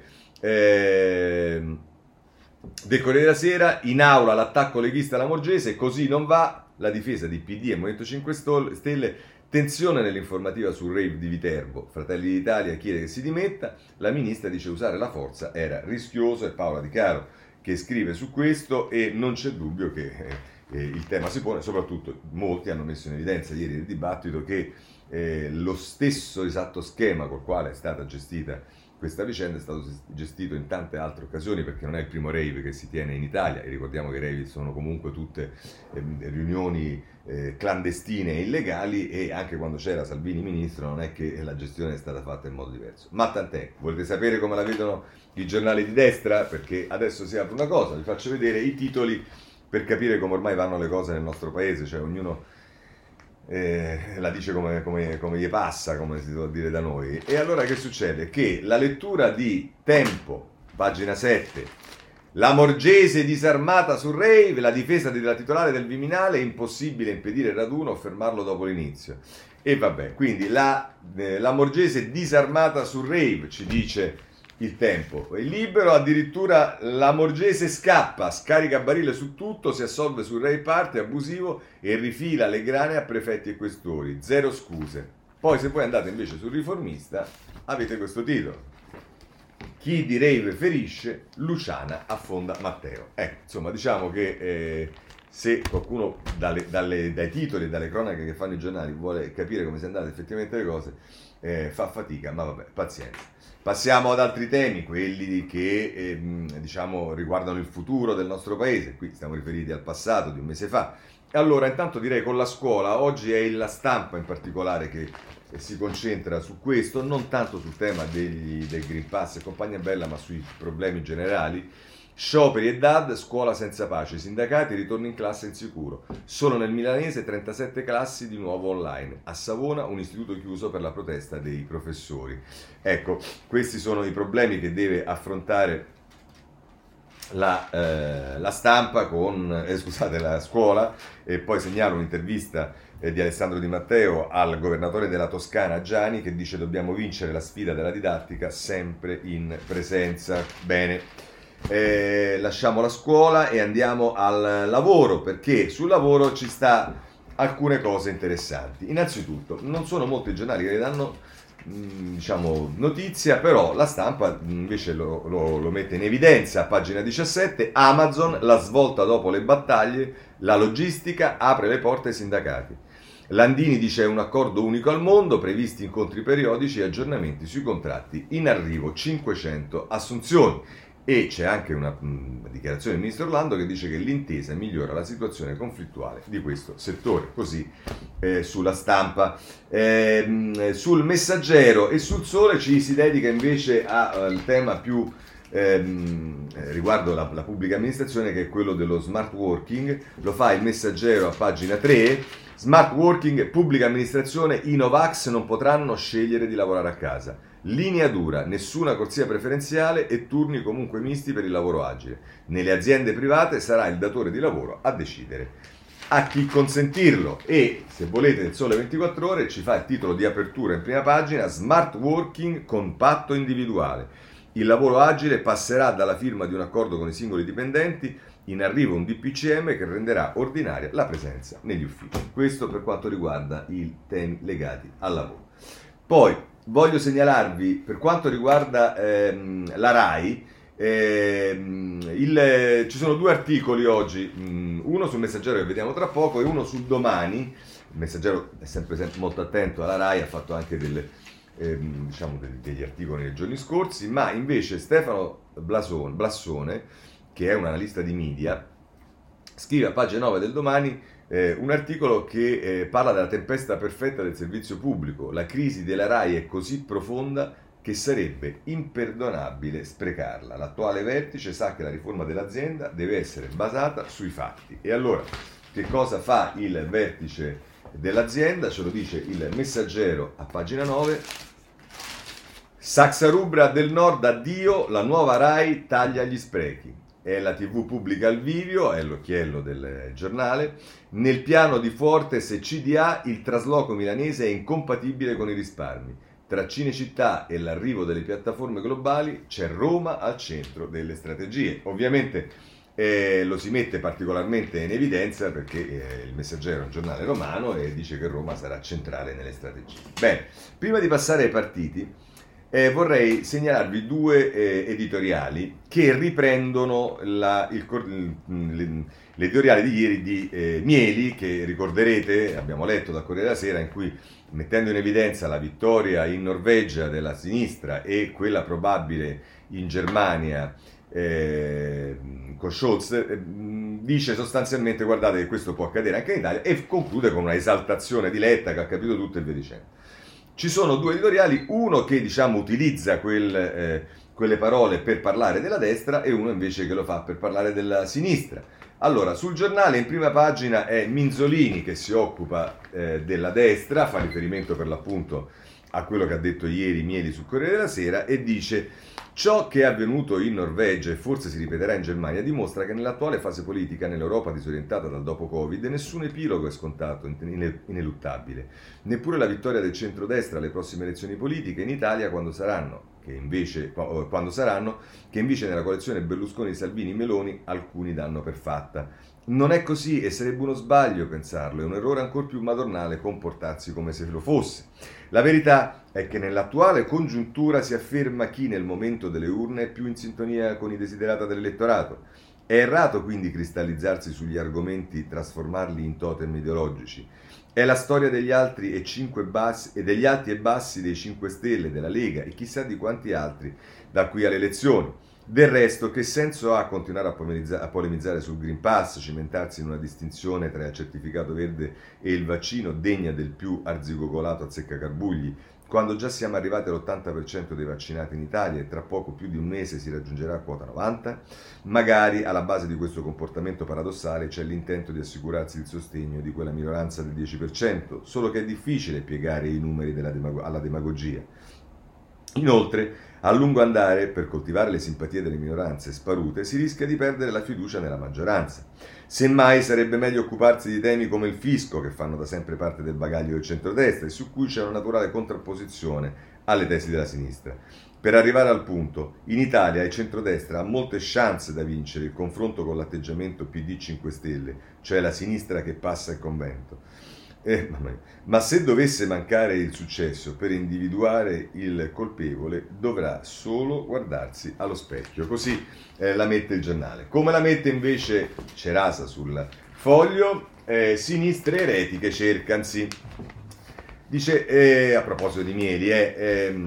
eh, del Corriere della Sera, in aula l'attacco leghista alla Morgese, così non va, la difesa di P D e Movimento cinque Stelle, tensione nell'informativa sul rave di Viterbo, Fratelli d'Italia chiede che si dimetta, la ministra dice usare la forza era rischioso, è Paola Di Caro che scrive su questo, e non c'è dubbio che eh, il tema si pone, soprattutto molti hanno messo in evidenza ieri nel dibattito che eh, lo stesso esatto schema col quale è stata gestita questa vicenda è stato gestito in tante altre occasioni, perché non è il primo rave che si tiene in Italia, e ricordiamo che i rave sono comunque tutte eh, riunioni eh, clandestine e illegali, e anche quando c'era Salvini ministro non è che la gestione è stata fatta in modo diverso. Ma tant'è, volete sapere come la vedono i giornali di destra? Perché adesso si apre una cosa, vi faccio vedere i titoli per capire come ormai vanno le cose nel nostro paese, cioè ognuno Eh, la dice come, come, come gli passa, come si può dire da noi. E allora che succede? Che la lettura di Tempo, pagina sette, la Morgese disarmata sul rave, la difesa della titolare del Viminale, impossibile impedire il raduno o fermarlo dopo l'inizio. E vabbè, quindi la, eh, la Morgese disarmata sul rave, ci dice il Tempo. Il Libero, addirittura la Morgese scappa, scarica barile su tutto, si assolve sul rave party abusivo e rifila le grane a prefetti e questori, zero scuse. Poi se voi andate invece sul Riformista avete questo titolo: chi di rave ferisce, Luciana affonda Matteo. Ecco, insomma, diciamo che eh, se qualcuno dalle, dalle, dai titoli e dalle cronache che fanno i giornali vuole capire come sono andate effettivamente le cose, eh, fa fatica, ma vabbè, pazienza. Passiamo ad altri temi, quelli che eh, diciamo riguardano il futuro del nostro paese. Qui stiamo riferiti al passato di un mese fa. E allora, intanto direi con la scuola, oggi è La Stampa in particolare che eh, si concentra su questo, non tanto sul tema degli, del Green Pass e compagnia bella, ma sui problemi generali. Scioperi e D A D, scuola senza pace, sindacati, ritorno in classe insicuro. Solo nel milanese trentasette classi di nuovo online. A Savona un istituto chiuso per la protesta dei professori. Ecco, questi sono i problemi che deve affrontare la, eh, la stampa con, eh, scusate, la scuola. E poi segnalo un'intervista eh, di Alessandro Di Matteo al governatore della Toscana Giani, che dice dobbiamo vincere la sfida della didattica sempre in presenza. Bene. Eh, lasciamo la scuola e andiamo al lavoro, perché sul lavoro ci sta alcune cose interessanti. Innanzitutto, non sono molti i giornali che ne danno mh, diciamo notizia, però la Stampa invece lo, lo, lo mette in evidenza a pagina diciassette. Amazon, la svolta dopo le battaglie, la logistica apre le porte ai sindacati. Landini dice è un accordo unico al mondo, previsti incontri periodici e aggiornamenti sui contratti, in arrivo cinquecento assunzioni. E c'è anche una mh, dichiarazione del ministro Orlando che dice che l'intesa migliora la situazione conflittuale di questo settore, così eh, sulla Stampa. Eh, mh, sul Messaggero e sul Sole ci si dedica invece al tema più ehm, riguardo la, la pubblica amministrazione, che è quello dello smart working. Lo fa il Messaggero a pagina tre. Smart working, pubblica amministrazione, i Novax non potranno scegliere di lavorare a casa. Linea dura, nessuna corsia preferenziale e turni comunque misti per il lavoro agile. Nelle aziende private sarà il datore di lavoro a decidere a chi consentirlo. E se volete il Sole ventiquattro Ore ci fa il titolo di apertura in prima pagina: Smart working con patto individuale. Il lavoro agile passerà dalla firma di un accordo con i singoli dipendenti, in arrivo un D P C M che renderà ordinaria la presenza negli uffici. Questo per quanto riguarda i temi legati al lavoro. Poi voglio segnalarvi, per quanto riguarda ehm, la RAI, ehm, il, ci sono due articoli oggi, mh, uno sul Messaggero che vediamo tra poco e uno sul Domani. Il Messaggero è sempre, sempre molto attento alla RAI, ha fatto anche delle, ehm, diciamo degli, degli articoli nei giorni scorsi, ma invece Stefano Blason, Blassone, che è un analista di media, scrive a pagina nove del Domani eh, un articolo che eh, parla della tempesta perfetta del servizio pubblico. La crisi della RAI è così profonda che sarebbe imperdonabile sprecarla. L'attuale vertice sa che la riforma dell'azienda deve essere basata sui fatti. E allora, che cosa fa il vertice dell'azienda? Ce lo dice il Messaggero a pagina nove. Saxa Rubra del Nord, addio, la nuova RAI taglia gli sprechi. È la tivù pubblica al vivio, è l'occhiello del giornale. Nel piano di Fuortes e C D A il trasloco milanese è incompatibile con i risparmi. Tra Cinecittà e l'arrivo delle piattaforme globali c'è Roma al centro delle strategie. Ovviamente eh, lo si mette particolarmente in evidenza perché eh, il Messaggero è un giornale romano e dice che Roma sarà centrale nelle strategie. Bene, prima di passare ai partiti, Eh, vorrei segnalarvi due eh, editoriali che riprendono la, il, il, l'editoriale di ieri di eh, Mieli, che ricorderete, abbiamo letto dal Corriere della Sera, in cui, mettendo in evidenza la vittoria in Norvegia della sinistra e quella probabile in Germania eh, con Scholz, eh, dice sostanzialmente: guardate che questo può accadere anche in Italia, e conclude con una esaltazione di Letta che ha capito tutto e via dicendo. Ci sono due editoriali, uno che diciamo utilizza quel, eh, quelle parole per parlare della destra e uno invece che lo fa per parlare della sinistra. Allora, sul giornale in prima pagina è Minzolini che si occupa eh, della destra, fa riferimento per l'appunto a quello che ha detto ieri Mieli sul Corriere della Sera e dice: ciò che è avvenuto in Norvegia e forse si ripeterà in Germania dimostra che nell'attuale fase politica, nell'Europa disorientata dal dopo Covid, nessun epilogo è scontato, ineluttabile. Neppure la vittoria del centrodestra alle prossime elezioni politiche in Italia, quando saranno, che invece, quando saranno, che invece nella coalizione Berlusconi-Salvini-Meloni alcuni danno per fatta. Non è così e sarebbe uno sbaglio pensarlo, è un errore ancor più madornale comportarsi come se lo fosse. La verità è che nell'attuale congiuntura si afferma chi nel momento delle urne è più in sintonia con i desiderata dell'elettorato. È errato quindi cristallizzarsi sugli argomenti, trasformarli in totem ideologici. È la storia degli altri e, cinque bassi, e degli alti e bassi dei cinque Stelle, della Lega e chissà di quanti altri da qui alle elezioni. Del resto, che senso ha continuare a, polemizza- a polemizzare sul Green Pass, cimentarsi in una distinzione tra il certificato verde e il vaccino degna del più arzigogolato azzeccagarbugli, quando già siamo arrivati all'ottanta per cento dei vaccinati in Italia e tra poco più di un mese si raggiungerà quota novanta? Magari alla base di questo comportamento paradossale c'è l'intento di assicurarsi il sostegno di quella minoranza del dieci per cento, solo che è difficile piegare i numeri della demago- alla demagogia. Inoltre, a lungo andare, per coltivare le simpatie delle minoranze sparute, si rischia di perdere la fiducia nella maggioranza. Semmai sarebbe meglio occuparsi di temi come il fisco, che fanno da sempre parte del bagaglio del centrodestra e su cui c'è una naturale contrapposizione alle tesi della sinistra. Per arrivare al punto, in Italia il centrodestra ha molte chance da vincere il confronto con l'atteggiamento P D cinque Stelle, cioè la sinistra che passa il convento. Eh, ma se dovesse mancare il successo per individuare il colpevole, dovrà solo guardarsi allo specchio. Così eh, la mette il giornale. Come la mette invece Cerasa sul Foglio? Eh, sinistre eretiche cercansi. Dice, eh, a proposito di Mieli, eh, eh,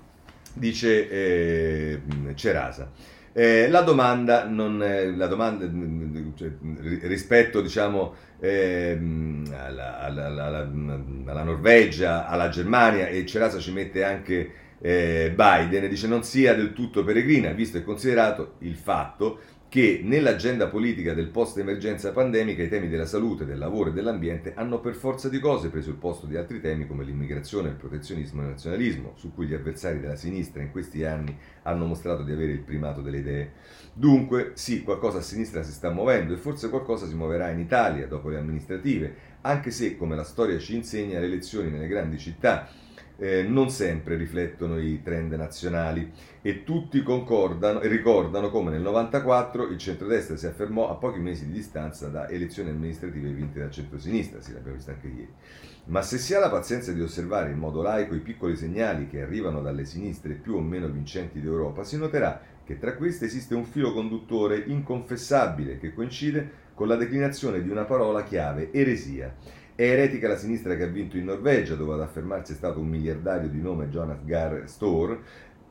dice eh, Cerasa. Eh, la domanda, non, eh, la domanda cioè, rispetto diciamo eh, alla, alla, alla, alla Norvegia, alla Germania, e Cerasa ci mette anche eh, Biden, dice non sia del tutto peregrina, visto e considerato il fatto che nell'agenda politica del post-emergenza pandemica i temi della salute, del lavoro e dell'ambiente hanno per forza di cose preso il posto di altri temi come l'immigrazione, il protezionismo e il nazionalismo, su cui gli avversari della sinistra in questi anni hanno mostrato di avere il primato delle idee. Dunque, sì, qualcosa a sinistra si sta muovendo e forse qualcosa si muoverà in Italia dopo le amministrative, anche se, come la storia ci insegna, le elezioni nelle grandi città Eh, non sempre riflettono i trend nazionali e tutti concordano e ricordano come nel novantaquattro il centrodestra si affermò a pochi mesi di distanza da elezioni amministrative vinte dal centrosinistra, sì, l'abbiamo visto anche ieri. Ma se si ha la pazienza di osservare in modo laico i piccoli segnali che arrivano dalle sinistre più o meno vincenti d'Europa, si noterà che tra queste esiste un filo conduttore inconfessabile che coincide con la declinazione di una parola chiave, eresia. È eretica la sinistra che ha vinto in Norvegia, dove ad affermarsi è stato un miliardario di nome Jonas Gahr Store.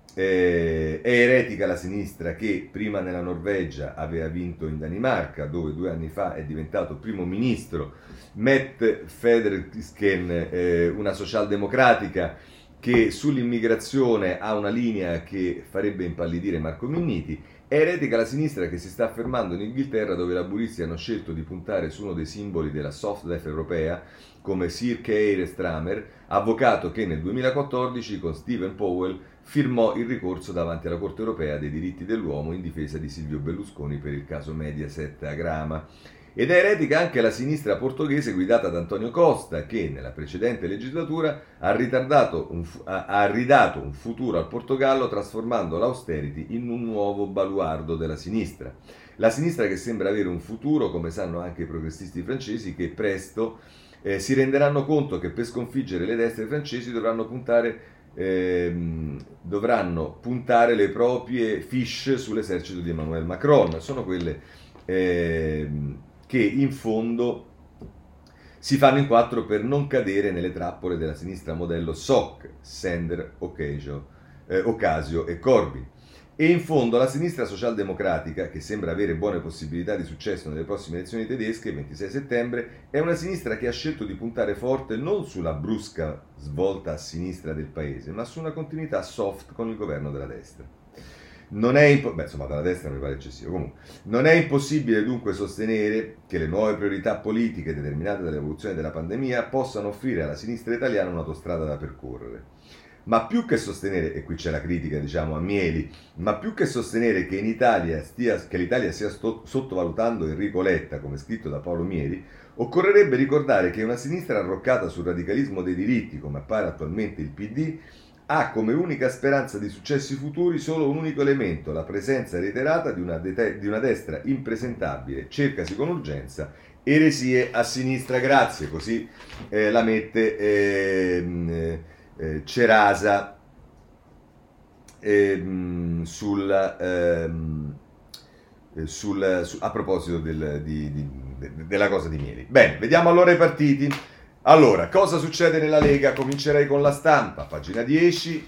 Eh, è eretica la sinistra che prima nella Norvegia aveva vinto in Danimarca, dove due anni fa è diventato primo ministro Mette Frederiksen, eh, una socialdemocratica che sull'immigrazione ha una linea che farebbe impallidire Marco Minniti. È eretica la sinistra che si sta affermando in Inghilterra, dove i laburisti hanno scelto di puntare su uno dei simboli della soft left europea, come Sir Keir Starmer, avvocato che nel duemilaquattordici con Stephen Powell firmò il ricorso davanti alla Corte europea dei diritti dell'uomo in difesa di Silvio Berlusconi per il caso Mediaset a Grama. Ed è eretica anche la sinistra portoghese guidata da Antonio Costa, che nella precedente legislatura ha, ritardato un, ha, ha ridato un futuro al Portogallo trasformando l'austerity in un nuovo baluardo della sinistra. La sinistra che sembra avere un futuro, come sanno anche i progressisti francesi, che presto eh, si renderanno conto che per sconfiggere le destre francesi dovranno puntare, ehm, dovranno puntare le proprie fiche sull'esercito di Emmanuel Macron. Sono quelle... Ehm, che in fondo si fanno in quattro per non cadere nelle trappole della sinistra modello S O C, Sender, Ocasio, eh, Ocasio e Corbyn. E in fondo la sinistra socialdemocratica, che sembra avere buone possibilità di successo nelle prossime elezioni tedesche, il ventisei settembre, è una sinistra che ha scelto di puntare forte non sulla brusca svolta a sinistra del paese, ma su una continuità soft con il governo della destra. Non è, impo- Beh, insomma, dalla destra mi pare eccessivo. Comunque, non è impossibile dunque sostenere che le nuove priorità politiche determinate dall'evoluzione della pandemia possano offrire alla sinistra italiana un'autostrada da percorrere. Ma più che sostenere, e qui c'è la critica, diciamo, a Mieli, ma più che sostenere che in Italia stia, che l'Italia stia sto- sottovalutando Enrico Letta, come scritto da Paolo Mieli, occorrerebbe ricordare che una sinistra arroccata sul radicalismo dei diritti, come appare attualmente il P D, ha come unica speranza di successi futuri solo un unico elemento, la presenza reiterata di una, de- di una destra impresentabile, cercasi con urgenza, eresie a sinistra, grazie, così eh, la mette eh, eh, Cerasa eh, sul, eh, sul, su, a proposito del, di, di, de, della cosa di Mieli. Bene, vediamo allora i partiti. Allora, cosa succede nella Lega? Comincerei con La Stampa, pagina dieci,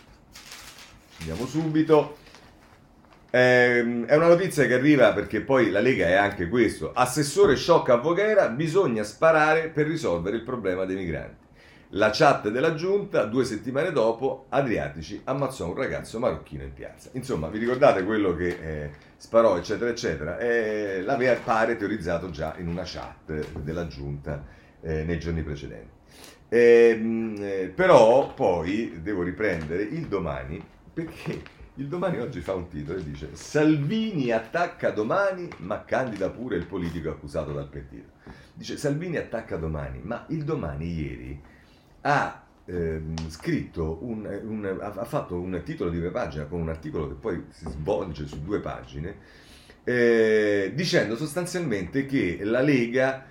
andiamo subito. Ehm, è una notizia che arriva perché poi la Lega è anche questo. Assessore shock a Voghera, bisogna sparare per risolvere il problema dei migranti. La chat della giunta, due settimane dopo, Adriatici ammazzò un ragazzo marocchino in piazza. Insomma, vi ricordate quello che eh, sparò, eccetera, eccetera? Eh, l'aveva, pare, teorizzato già in una chat della giunta Eh, nei giorni precedenti. Eh, eh, però poi devo riprendere il Domani, perché il Domani oggi fa un titolo e dice: Salvini attacca Domani ma candida pure il politico accusato dal pentito. Dice Salvini attacca Domani, ma il Domani ieri ha ehm, scritto un, un, ha fatto un titolo di due pagine con un articolo che poi si svolge su due pagine, eh, dicendo sostanzialmente che la Lega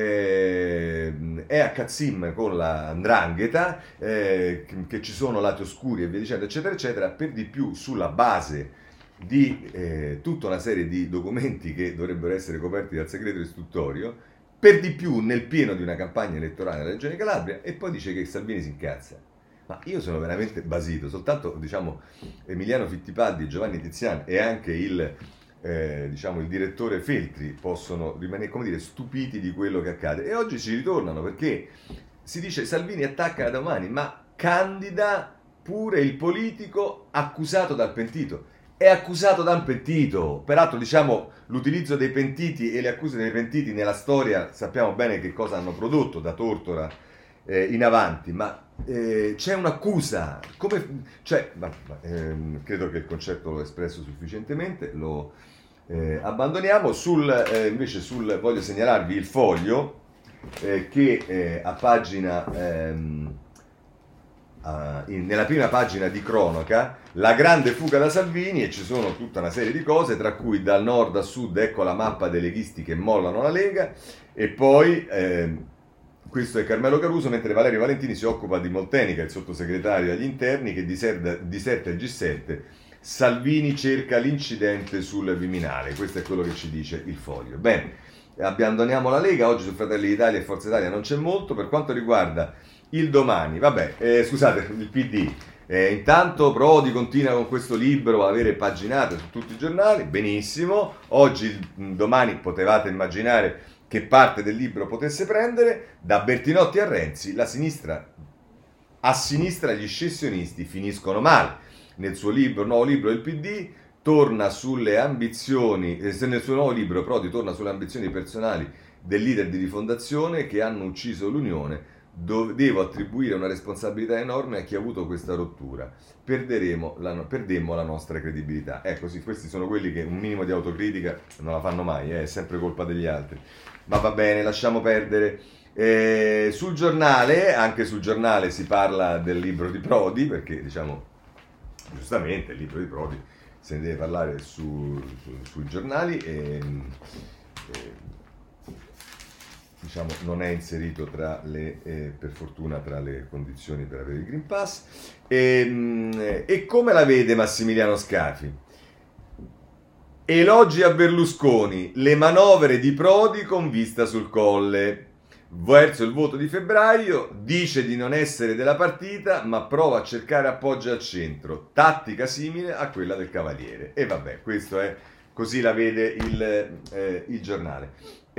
Eh, è a cazzim con la 'ndrangheta, eh, che, che ci sono lati oscuri e via dicendo, eccetera, eccetera, per di più sulla base di eh, tutta una serie di documenti che dovrebbero essere coperti dal segreto istruttorio, per di più nel pieno di una campagna elettorale nella Regione Calabria, e poi dice che Salvini si incazza. Ma io sono veramente basito, soltanto, diciamo, Emiliano Fittipaldi, Giovanni Tizian e anche il Eh, diciamo il direttore Feltri possono rimanere, come dire, stupiti di quello che accade, e oggi ci ritornano perché si dice Salvini attacca Domani ma candida pure il politico accusato dal pentito. È accusato da un pentito, peraltro, diciamo, l'utilizzo dei pentiti e le accuse dei pentiti nella storia sappiamo bene che cosa hanno prodotto da Tortora eh, in avanti, ma eh, c'è un'accusa, come, cioè, ma, ma, ehm, credo che il concetto l'ho espresso sufficientemente, lo eh, abbandoniamo. Sul, eh, invece sul, voglio segnalarvi il Foglio, eh, che eh, a pagina ehm, a, in, nella prima pagina di cronaca, la grande fuga da Salvini, e ci sono tutta una serie di cose, tra cui dal nord a sud ecco la mappa dei leghisti che mollano la Lega, e poi ehm, questo è Carmelo Caruso, mentre Valerio Valentini si occupa di Moltenica, il sottosegretario agli interni, che diserta, diserta il G sette. Salvini cerca l'incidente sul Viminale. Questo è quello che ci dice il Foglio. Bene, abbandoniamo la Lega, oggi su Fratelli d'Italia e Forza Italia non c'è molto. Per quanto riguarda il Domani, vabbè, eh, scusate, il P D, eh, intanto Prodi continua con questo libro a avere paginate su tutti i giornali, benissimo. Oggi, il Domani, potevate immaginare che parte del libro potesse prendere. Da Bertinotti a Renzi, la sinistra, a sinistra gli scissionisti finiscono male. Nel suo libro, nuovo libro del P D, torna sulle ambizioni, eh, nel suo nuovo libro Prodi torna sulle ambizioni personali del leader di Rifondazione che hanno ucciso l'Unione. Dove devo attribuire una responsabilità enorme a chi ha avuto questa rottura. Perderemo la, perdemmo la nostra credibilità. Ecco, sì, questi sono quelli che un minimo di autocritica non la fanno mai, eh, è sempre colpa degli altri. Ma va bene, lasciamo perdere. Eh, sul giornale, anche sul giornale si parla del libro di Prodi, perché diciamo, giustamente il libro di Prodi se ne deve parlare su, su, sui giornali e, e diciamo non è inserito tra le, eh, per fortuna tra le condizioni per avere il Green Pass. E, e come la vede Massimiliano Scafi? Elogi a Berlusconi, le manovre di Prodi con vista sul Colle. Verso il voto di febbraio dice di non essere della partita, ma prova a cercare appoggio al centro, tattica simile a quella del Cavaliere. E vabbè, questo è, così la vede il, eh, il giornale.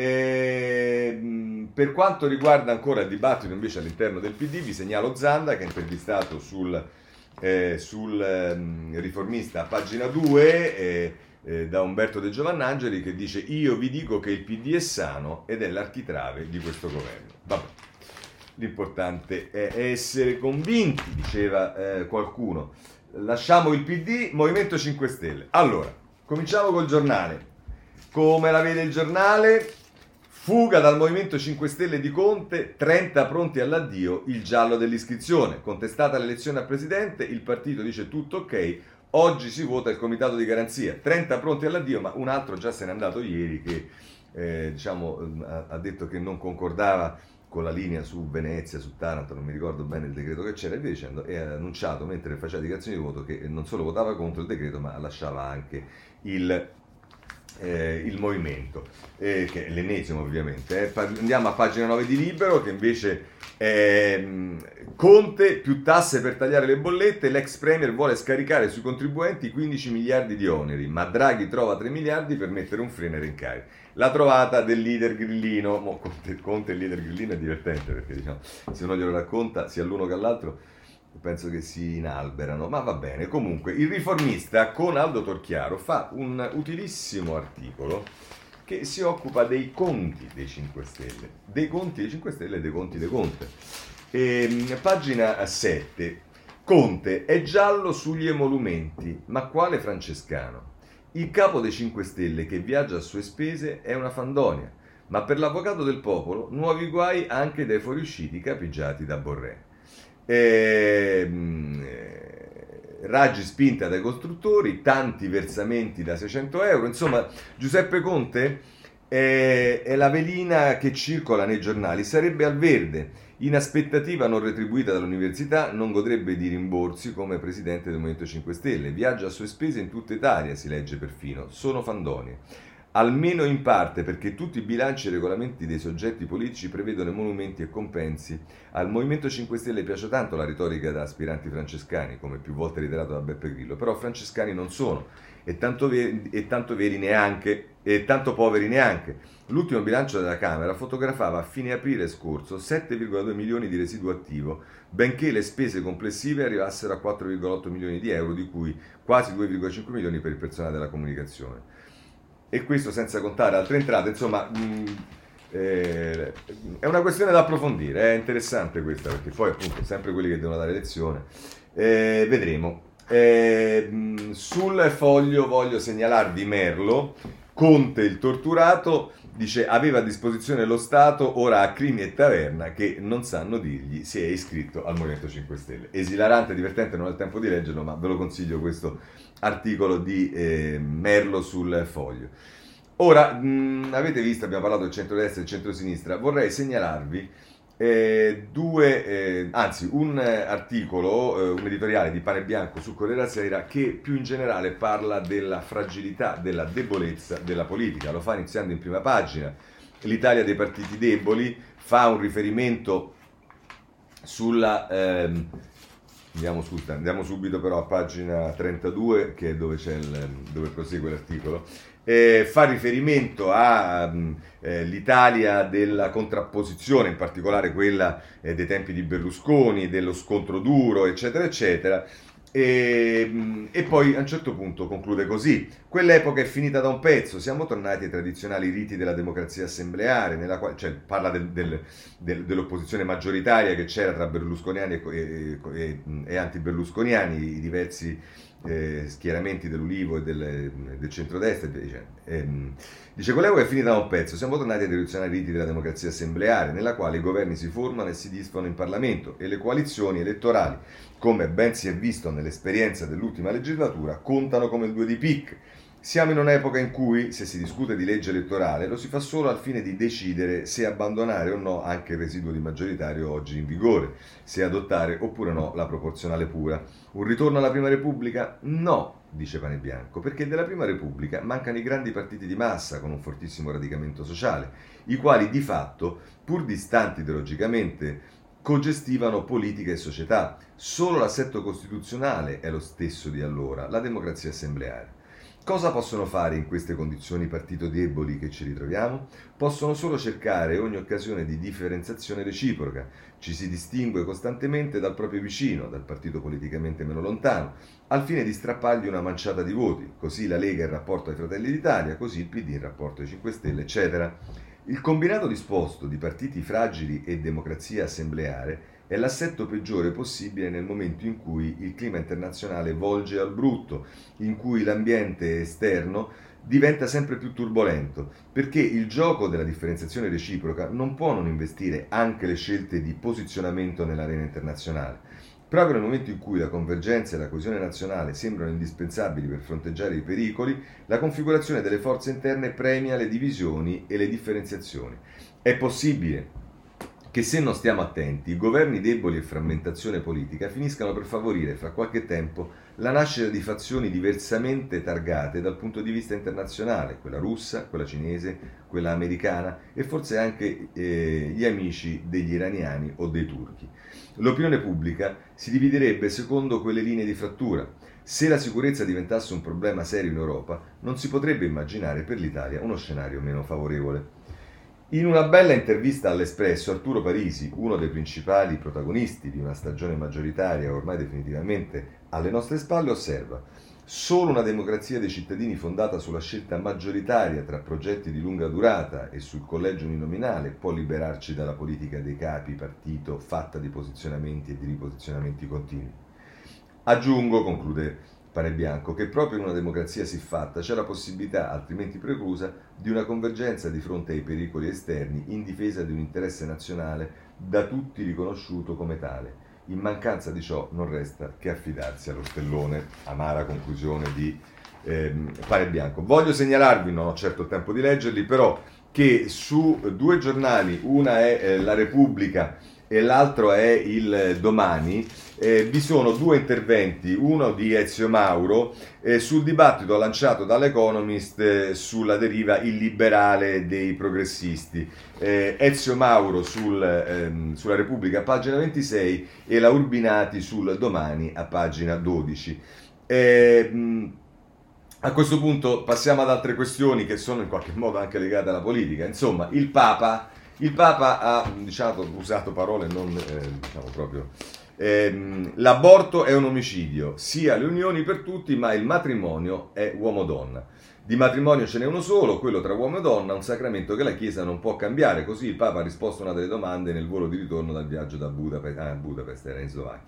E, per quanto riguarda ancora il dibattito invece all'interno del P D, vi segnalo Zanda che ha intervistato sul, eh, sul eh, Riformista a pagina due, eh, Eh, da Umberto De Giovannangeli, che dice: io vi dico che il P D è sano ed è l'architrave di questo governo. Vabbè, l'importante è essere convinti, diceva eh, qualcuno. Lasciamo il P D, Movimento cinque Stelle. Allora, cominciamo col giornale. Come la vede il giornale? Fuga dal Movimento cinque Stelle di Conte, trenta pronti all'addio, il giallo dell'iscrizione. Contestata l'elezione a presidente, il partito dice tutto ok. Oggi si vota il comitato di garanzia, trenta pronti all'addio, ma un altro già se n'è andato ieri che eh, diciamo, ha, ha detto che non concordava con la linea su Venezia, su Taranto, non mi ricordo bene il decreto che c'era, invece e ha annunciato mentre faceva dichiarazioni di voto che non solo votava contro il decreto, ma lasciava anche il, eh, il movimento, eh, che è l'ennesimo ovviamente. Eh. Andiamo a pagina nove di Libero, che invece Eh, Conte, più tasse per tagliare le bollette, l'ex premier vuole scaricare sui contribuenti quindici miliardi di oneri, ma Draghi trova tre miliardi per mettere un freno ai rincari. La trovata del leader grillino, Mo, Conte, Conte il leader grillino è divertente perché diciamo, se uno glielo racconta sia l'uno che all'altro penso che si inalberano, ma va bene. Comunque il Riformista con Aldo Torchiaro fa un utilissimo articolo che si occupa dei conti dei cinque Stelle, dei conti dei cinque Stelle e dei conti dei Conte. E, pagina sette, Conte è giallo sugli emolumenti, ma quale francescano? Il capo dei cinque Stelle che viaggia a sue spese è una fandonia, ma per l'avvocato del popolo nuovi guai anche dai fuoriusciti capigiati da Borré. E, Raggi spinta dai costruttori, tanti versamenti da seicento euro. Insomma, Giuseppe Conte è, è la velina che circola nei giornali, sarebbe al verde, in aspettativa non retribuita dall'università, non godrebbe di rimborsi come presidente del Movimento cinque Stelle, viaggia a sue spese in tutta Italia, si legge perfino, sono fandonie. Almeno in parte, perché tutti i bilanci e i regolamenti dei soggetti politici prevedono monumenti e compensi. Al Movimento cinque Stelle piace tanto la retorica da aspiranti francescani, come più volte reiterato da Beppe Grillo, però francescani non sono, e tanto, veri, e tanto veri neanche, e tanto poveri neanche. L'ultimo bilancio della Camera fotografava a fine aprile scorso sette virgola due milioni di residuo attivo, benché le spese complessive arrivassero a quattro virgola otto milioni di euro, di cui quasi due virgola cinque milioni per il personale della comunicazione. E questo senza contare altre entrate, insomma, mh, eh, è una questione da approfondire, è interessante questa, perché poi appunto sempre quelli che devono dare lezione, eh, vedremo. Eh, mh, sul Foglio voglio segnalarvi Merlo, Conte il torturato, dice aveva a disposizione lo Stato, ora ha Crimi e Taverna che non sanno dirgli se è iscritto al Movimento cinque Stelle. Esilarante, divertente, non ho il tempo di leggerlo, ma ve lo consiglio questo articolo di eh, Merlo sul Foglio. Ora, mh, avete visto, abbiamo parlato del centrodestra e del centrosinistra, vorrei segnalarvi eh, due, eh, anzi un articolo, eh, un editoriale di Pane Bianco su Corriere della Sera che più in generale parla della fragilità, della debolezza della politica, lo fa iniziando in prima pagina l'Italia dei partiti deboli, fa un riferimento sulla... Ehm, andiamo, scusa, andiamo subito però a pagina trentadue, che è dove, c'è il, dove prosegue l'articolo. Eh, fa riferimento all'Italia eh, della contrapposizione, in particolare quella eh, dei tempi di Berlusconi, dello scontro duro, eccetera, eccetera. E, e poi a un certo punto conclude così: quell'epoca è finita da un pezzo, siamo tornati ai tradizionali riti della democrazia assembleare, nella quale, cioè, parla del, del, del, dell'opposizione maggioritaria che c'era tra berlusconiani e, e, e, e anti-berlusconiani, i diversi eh, schieramenti dell'Ulivo e del, del centrodestra. Dice, ehm, dice quell'epoca è finita da un pezzo, siamo tornati ai tradizionali riti della democrazia assembleare, nella quale i governi si formano e si disfano in Parlamento e le coalizioni elettorali, come ben si è visto nell'esperienza dell'ultima legislatura, contano come il due di picche. Siamo in un'epoca in cui, se si discute di legge elettorale, lo si fa solo al fine di decidere se abbandonare o no anche il residuo di maggioritario oggi in vigore, se adottare oppure no la proporzionale pura. Un ritorno alla Prima Repubblica? No, dice Panebianco, perché della Prima Repubblica mancano i grandi partiti di massa con un fortissimo radicamento sociale, i quali di fatto, pur distanti ideologicamente, cogestivano politica e società. Solo l'assetto costituzionale è lo stesso di allora, la democrazia assembleare. Cosa possono fare in queste condizioni partito deboli che ci ritroviamo? Possono solo cercare ogni occasione di differenziazione reciproca. Ci si distingue costantemente dal proprio vicino, dal partito politicamente meno lontano, al fine di strappargli una manciata di voti. Così la Lega in rapporto ai Fratelli d'Italia, così il P D in rapporto ai cinque Stelle, eccetera. Il combinato disposto di partiti fragili e democrazia assembleare è l'assetto peggiore possibile nel momento in cui il clima internazionale volge al brutto, in cui l'ambiente esterno diventa sempre più turbolento, perché il gioco della differenziazione reciproca non può non investire anche le scelte di posizionamento nell'arena internazionale. Proprio nel momento in cui la convergenza e la coesione nazionale sembrano indispensabili per fronteggiare i pericoli, la configurazione delle forze interne premia le divisioni e le differenziazioni. È possibile che, se non stiamo attenti, governi deboli e frammentazione politica finiscano per favorire fra qualche tempo la nascita di fazioni diversamente targate dal punto di vista internazionale, quella russa, quella cinese, quella americana e forse anche eh, gli amici degli iraniani o dei turchi. L'opinione pubblica si dividerebbe secondo quelle linee di frattura. Se la sicurezza diventasse un problema serio in Europa, non si potrebbe immaginare per l'Italia uno scenario meno favorevole. In una bella intervista all'Espresso, Arturo Parisi, uno dei principali protagonisti di una stagione maggioritaria ormai definitivamente alle nostre spalle, osserva: solo una democrazia dei cittadini fondata sulla scelta maggioritaria tra progetti di lunga durata e sul collegio uninominale può liberarci dalla politica dei capi partito fatta di posizionamenti e di riposizionamenti continui. Aggiungo, conclude Panebianco, che proprio in una democrazia siffatta c'è la possibilità, altrimenti preclusa, di una convergenza di fronte ai pericoli esterni in difesa di un interesse nazionale da tutti riconosciuto come tale. In mancanza di ciò non resta che affidarsi allo stellone. Amara conclusione di ehm, Panebianco. Voglio segnalarvi, non ho certo il tempo di leggerli, però che su due giornali, una è eh, La Repubblica e l'altro è il Domani, eh, vi sono due interventi, uno di Ezio Mauro eh, sul dibattito lanciato dall'Economist eh, sulla deriva illiberale dei progressisti. Eh, Ezio Mauro sul, ehm, sulla Repubblica a pagina ventisei e la Urbinati sul Domani a pagina dodici. Eh, mh, a questo punto passiamo ad altre questioni che sono in qualche modo anche legate alla politica. Insomma, il Papa... Il Papa ha, diciamo, usato parole non, eh, diciamo proprio, ehm, l'aborto è un omicidio, sia le unioni per tutti, ma il matrimonio è uomo-donna. Di matrimonio ce n'è uno solo, quello tra uomo e donna, un sacramento che la Chiesa non può cambiare. Così il Papa ha risposto a una delle domande nel volo di ritorno dal viaggio da Budapest, ah, Budapest era in Slovacchia.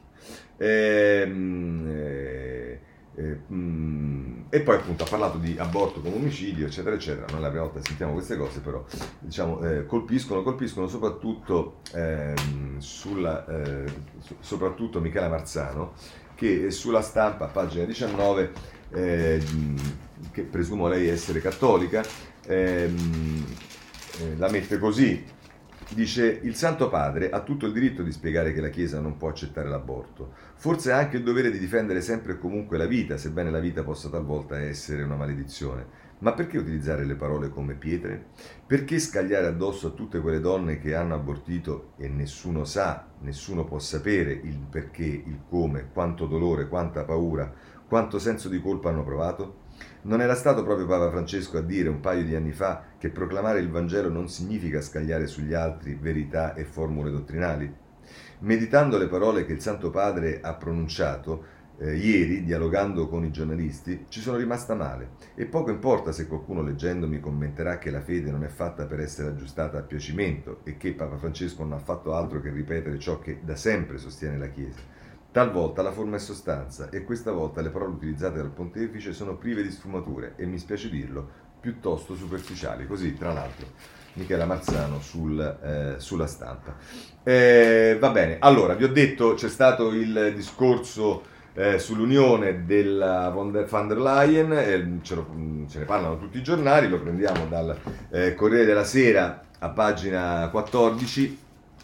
Ehm, eh, Eh, mh, e poi appunto ha parlato di aborto come omicidio, eccetera eccetera. Non è la prima volta che sentiamo queste cose, però diciamo eh, colpiscono colpiscono soprattutto ehm, sulla eh, so- soprattutto Michela Marzano, che sulla Stampa a pagina diciannove, eh, che presumo lei essere cattolica, ehm, eh, la mette così. Dice: il Santo Padre ha tutto il diritto di spiegare che la Chiesa non può accettare l'aborto. Forse ha anche il dovere di difendere sempre e comunque la vita, sebbene la vita possa talvolta essere una maledizione. Ma perché utilizzare le parole come pietre? Perché scagliare addosso a tutte quelle donne che hanno abortito e nessuno sa, nessuno può sapere il perché, il come, quanto dolore, quanta paura, quanto senso di colpa hanno provato? Non era stato proprio Papa Francesco a dire un paio di anni fa che proclamare il Vangelo non significa scagliare sugli altri verità e formule dottrinali? Meditando le parole che il Santo Padre ha pronunciato, Eh, ieri, dialogando con i giornalisti, ci sono rimasta male e poco importa se qualcuno leggendomi commenterà che la fede non è fatta per essere aggiustata a piacimento e che Papa Francesco non ha fatto altro che ripetere ciò che da sempre sostiene la Chiesa. Talvolta la forma è sostanza e questa volta le parole utilizzate dal pontefice sono prive di sfumature e, mi spiace dirlo, piuttosto superficiali. Così, tra l'altro, Michela Marzano sul, eh, sulla Stampa. Eh, va bene, allora, vi ho detto, c'è stato il discorso Eh, sull'unione della von der, von der Leyen, eh, ce, lo, ce ne parlano tutti i giornali, lo prendiamo dal eh, Corriere della Sera a pagina quattordici,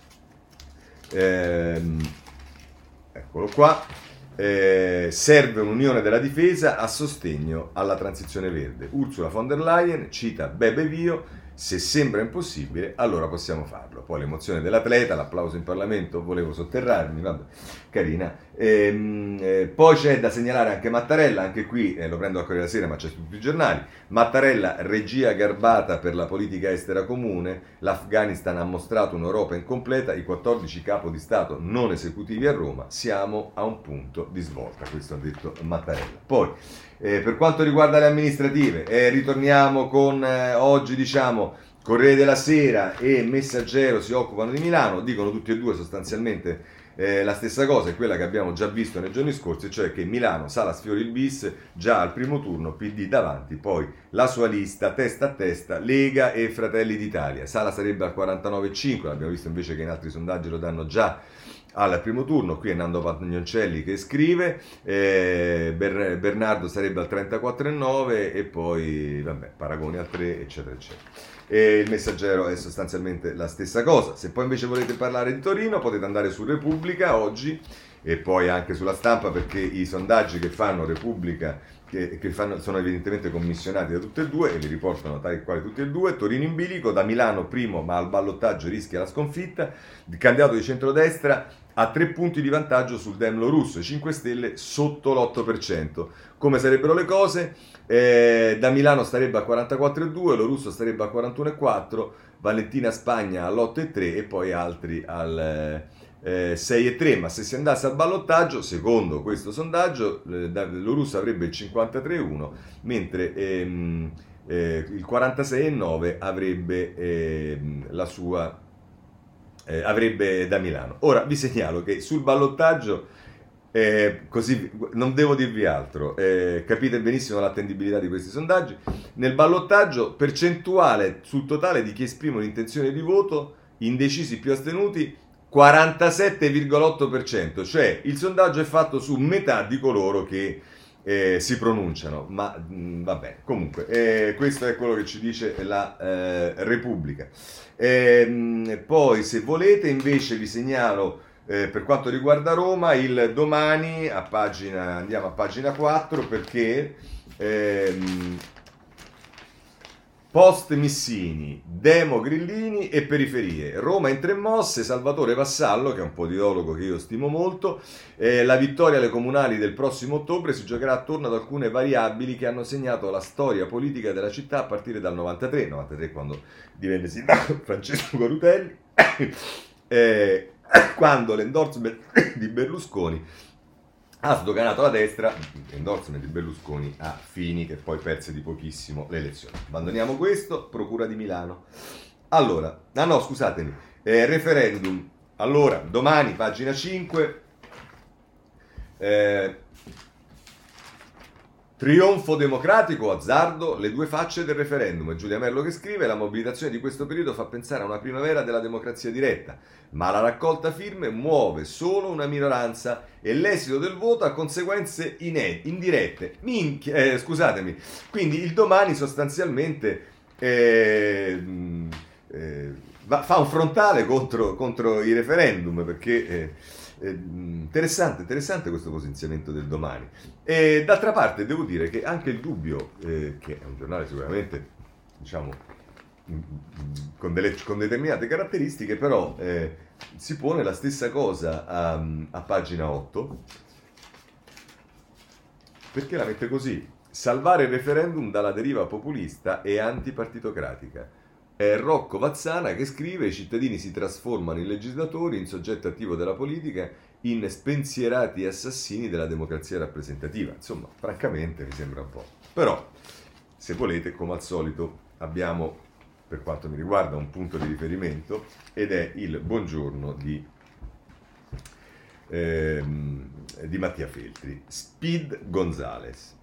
eh, eccolo qua, eh, serve un'unione della difesa a sostegno alla transizione verde. Ursula von der Leyen cita Bebe Vio: se sembra impossibile, allora possiamo farlo. Poi l'emozione dell'atleta, l'applauso in Parlamento, volevo sotterrarmi, vabbè, carina. Ehm, eh, poi c'è da segnalare anche Mattarella, anche qui eh, lo prendo a Corriere della Sera, ma c'è su tutti i giornali. Mattarella, regia garbata per la politica estera comune, l'Afghanistan ha mostrato un'Europa incompleta, i quattordici capo di Stato non esecutivi a Roma, siamo a un punto di svolta, questo ha detto Mattarella. Poi, Eh, per quanto riguarda le amministrative, eh, ritorniamo con eh, oggi, diciamo, Corriere della Sera e Messaggero si occupano di Milano, dicono tutti e due sostanzialmente eh, la stessa cosa, è quella che abbiamo già visto nei giorni scorsi, cioè che Milano, Sala sfiori il bis, già al primo turno, P D davanti, poi la sua lista testa a testa, Lega e Fratelli d'Italia. Sala sarebbe al quarantanove virgola cinque, abbiamo visto invece che in altri sondaggi lo danno già al primo turno. Qui è Nando Pagnoncelli che scrive, eh, Ber- Bernardo sarebbe al trentaquattro virgola nove e poi vabbè, Paragoni al tre, eccetera eccetera. E il Messaggero è sostanzialmente la stessa cosa. Se poi invece volete parlare di Torino potete andare su Repubblica oggi e poi anche sulla Stampa, perché i sondaggi che fanno Repubblica che, che fanno, sono evidentemente commissionati da tutte e due e li riportano tali e quali tutti e due. Torino in bilico, da Milano primo ma al ballottaggio rischia la sconfitta, il candidato di centrodestra a tre punti di vantaggio sul Demlo russo, i cinque Stelle sotto l'otto per cento. Come sarebbero le cose? Eh, da Milano starebbe a quarantaquattro virgola due, lo russo starebbe a quarantuno virgola quattro, Valentina Spagna all'otto virgola tre e poi altri al eh, sei virgola tre. Ma se si andasse al ballottaggio, secondo questo sondaggio, eh, lo russo avrebbe il cinquantatré virgola uno, mentre ehm, eh, il quarantasei virgola nove avrebbe ehm, la sua Eh, avrebbe da Milano. Ora vi segnalo che sul ballottaggio, eh, così non devo dirvi altro, eh, capite benissimo l'attendibilità di questi sondaggi. Nel ballottaggio, percentuale sul totale di chi esprimono intenzione di voto, indecisi più astenuti, quarantasette virgola otto per cento, cioè il sondaggio è fatto su metà di coloro che Eh, si pronunciano, ma mh, vabbè, comunque eh, questo è quello che ci dice la eh, Repubblica. Eh, mh, poi se volete invece vi segnalo eh, per quanto riguarda Roma il Domani, a pagina, andiamo a pagina quattro, perché ehm, post Missini, Demo Grillini e periferie. Roma in tre mosse, Salvatore Vassallo, che è un politologo che io stimo molto, eh, la vittoria alle comunali del prossimo ottobre si giocherà attorno ad alcune variabili che hanno segnato la storia politica della città a partire dal novantatré, novantatré quando divenne sindaco Francesco Rutelli, eh, quando l'endorsement di Berlusconi ha sdoganato la destra, endorsement di Berlusconi a Fini, che poi perse di pochissimo le elezioni. Abbandoniamo questo, Procura di Milano. Allora, ah no, scusatemi, eh, referendum. Allora, Domani, pagina cinque, eh, trionfo democratico, azzardo, le due facce del referendum. È Giulia Merlo che scrive: la mobilitazione di questo periodo fa pensare a una primavera della democrazia diretta, ma la raccolta firme muove solo una minoranza e l'esito del voto ha conseguenze ine- indirette. Minchia, eh, scusatemi, quindi il Domani sostanzialmente eh, eh, va, fa un frontale contro, contro i referendum, perché eh, eh, interessante, interessante questo posizionamento del Domani. E d'altra parte devo dire che anche il Dubbio, eh, che è un giornale sicuramente, diciamo, con, delle, con determinate caratteristiche, però eh, si pone la stessa cosa a, a pagina otto, perché la mette così: salvare il referendum dalla deriva populista e antipartitocratica. È Rocco Vazzana che scrive: i cittadini si trasformano in legislatori, in soggetto attivo della politica, in spensierati assassini della democrazia rappresentativa. Insomma, francamente mi sembra un po'. Però, se volete, come al solito, abbiamo, per quanto mi riguarda, un punto di riferimento, ed è il buongiorno di, ehm, di Mattia Feltri. Speed Gonzales.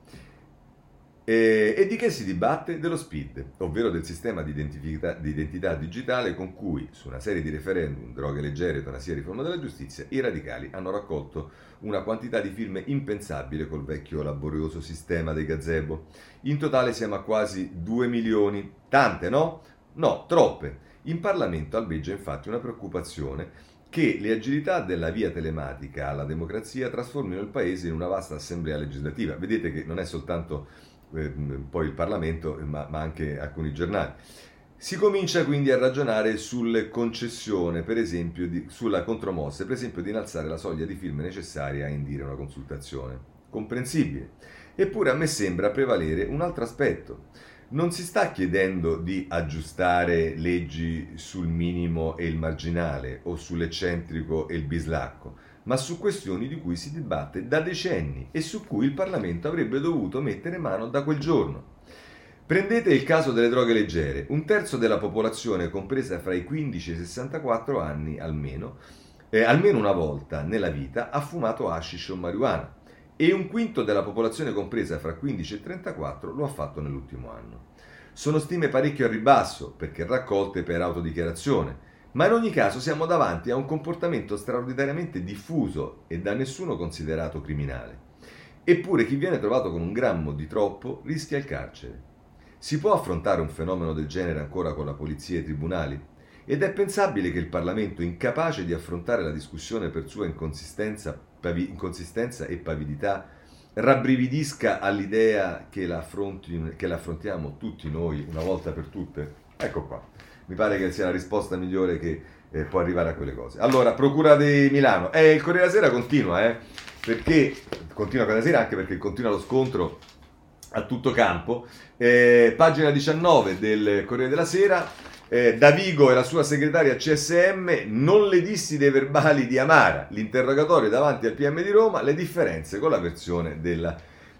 E, e di che si dibatte? Dello SPID, ovvero del sistema di identità, di identità digitale con cui, su una serie di referendum, droghe leggere, eutanasia e riforma della giustizia, i radicali hanno raccolto una quantità di firme impensabile col vecchio laborioso sistema dei gazebo. In totale siamo a quasi due milioni. Tante, no? No, troppe. In Parlamento albeggia infatti una preoccupazione che le agilità della via telematica alla democrazia trasformino il paese in una vasta assemblea legislativa. Vedete che non è soltanto eh, poi il Parlamento, ma, ma anche alcuni giornali. Si comincia quindi a ragionare sulle concessioni, per esempio, di, sulla contromosse, per esempio di innalzare la soglia di firme necessaria a indire una consultazione. Comprensibile. Eppure a me sembra prevalere un altro aspetto. Non si sta chiedendo di aggiustare leggi sul minimo e il marginale o sull'eccentrico e il bislacco, ma su questioni di cui si dibatte da decenni e su cui il Parlamento avrebbe dovuto mettere mano da quel giorno. Prendete il caso delle droghe leggere. Un terzo della popolazione compresa fra i quindici e i sessantaquattro anni almeno, eh, almeno una volta nella vita, ha fumato hashish o marijuana. E un quinto della popolazione compresa fra quindici e trentaquattro lo ha fatto nell'ultimo anno. Sono stime parecchio a ribasso, perché raccolte per autodichiarazione, ma in ogni caso siamo davanti a un comportamento straordinariamente diffuso e da nessuno considerato criminale. Eppure chi viene trovato con un grammo di troppo rischia il carcere. Si può affrontare un fenomeno del genere ancora con la polizia e i tribunali? Ed è pensabile che il Parlamento, incapace di affrontare la discussione per sua inconsistenza, pavi, inconsistenza e pavidità, rabbrividisca all'idea che la, affronti, che la affrontiamo tutti noi una volta per tutte? Ecco qua. Mi pare che sia la risposta migliore che eh, può arrivare a quelle cose. Allora, Procura di Milano. Eh, il Corriere della Sera continua, eh, perché continua quella sera anche perché continua lo scontro a tutto campo. Eh, pagina diciannove del Corriere della Sera. Eh, Davigo e la sua segretaria C S M, non le dissi dei verbali di Amara, l'interrogatorio davanti al P M di Roma, le differenze con la versione della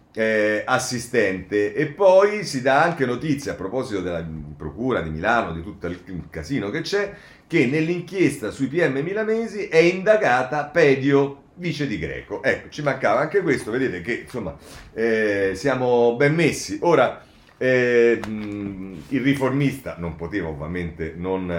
eh, assistente. E poi si dà anche notizia a proposito della Procura di Milano, di tutto il casino che c'è, che nell'inchiesta sui P M milanesi è indagata Pedio, vice di Greco. Ecco, ci mancava anche questo, vedete che insomma eh, siamo ben messi. Ora, Eh, il riformista non poteva ovviamente non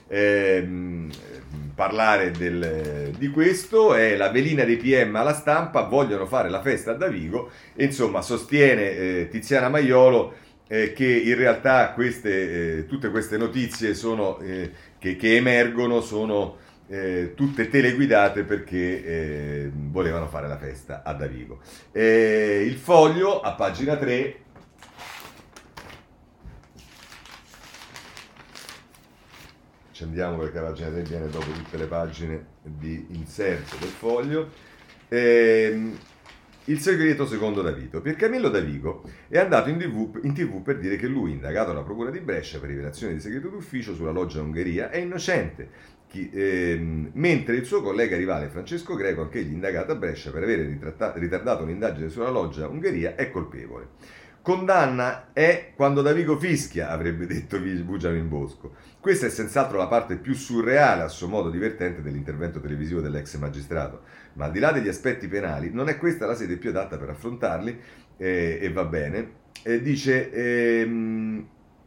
eh, parlare del, di questo. È la velina dei P M alla stampa, vogliono fare la festa a Davigo e insomma sostiene eh, Tiziana Maiolo eh, che in realtà queste, eh, tutte queste notizie sono, eh, che, che emergono sono eh, tutte teleguidate perché eh, volevano fare la festa a Davigo. Eh, il Foglio a pagina tre. Andiamo perché la pagina tre viene dopo tutte le pagine di inserto del Foglio. Ehm, il segreto secondo Davigo. Piercamillo Davigo è andato in tivù, in tivù per dire che lui, indagato alla Procura di Brescia per rivelazione di segreto d'ufficio sulla loggia Ungheria, è innocente, chi, ehm, mentre il suo collega rivale Francesco Greco, anch'egli indagato a Brescia per avere ritardato un'indagine sulla loggia Ungheria, è colpevole. Condanna è quando Davigo fischia, avrebbe detto Bugiamin Bosco. Questa è senz'altro la parte più surreale, a suo modo divertente, dell'intervento televisivo dell'ex magistrato. Ma al di là degli aspetti penali, non è questa la sede più adatta per affrontarli, eh, e va bene. Eh, dice, ehm,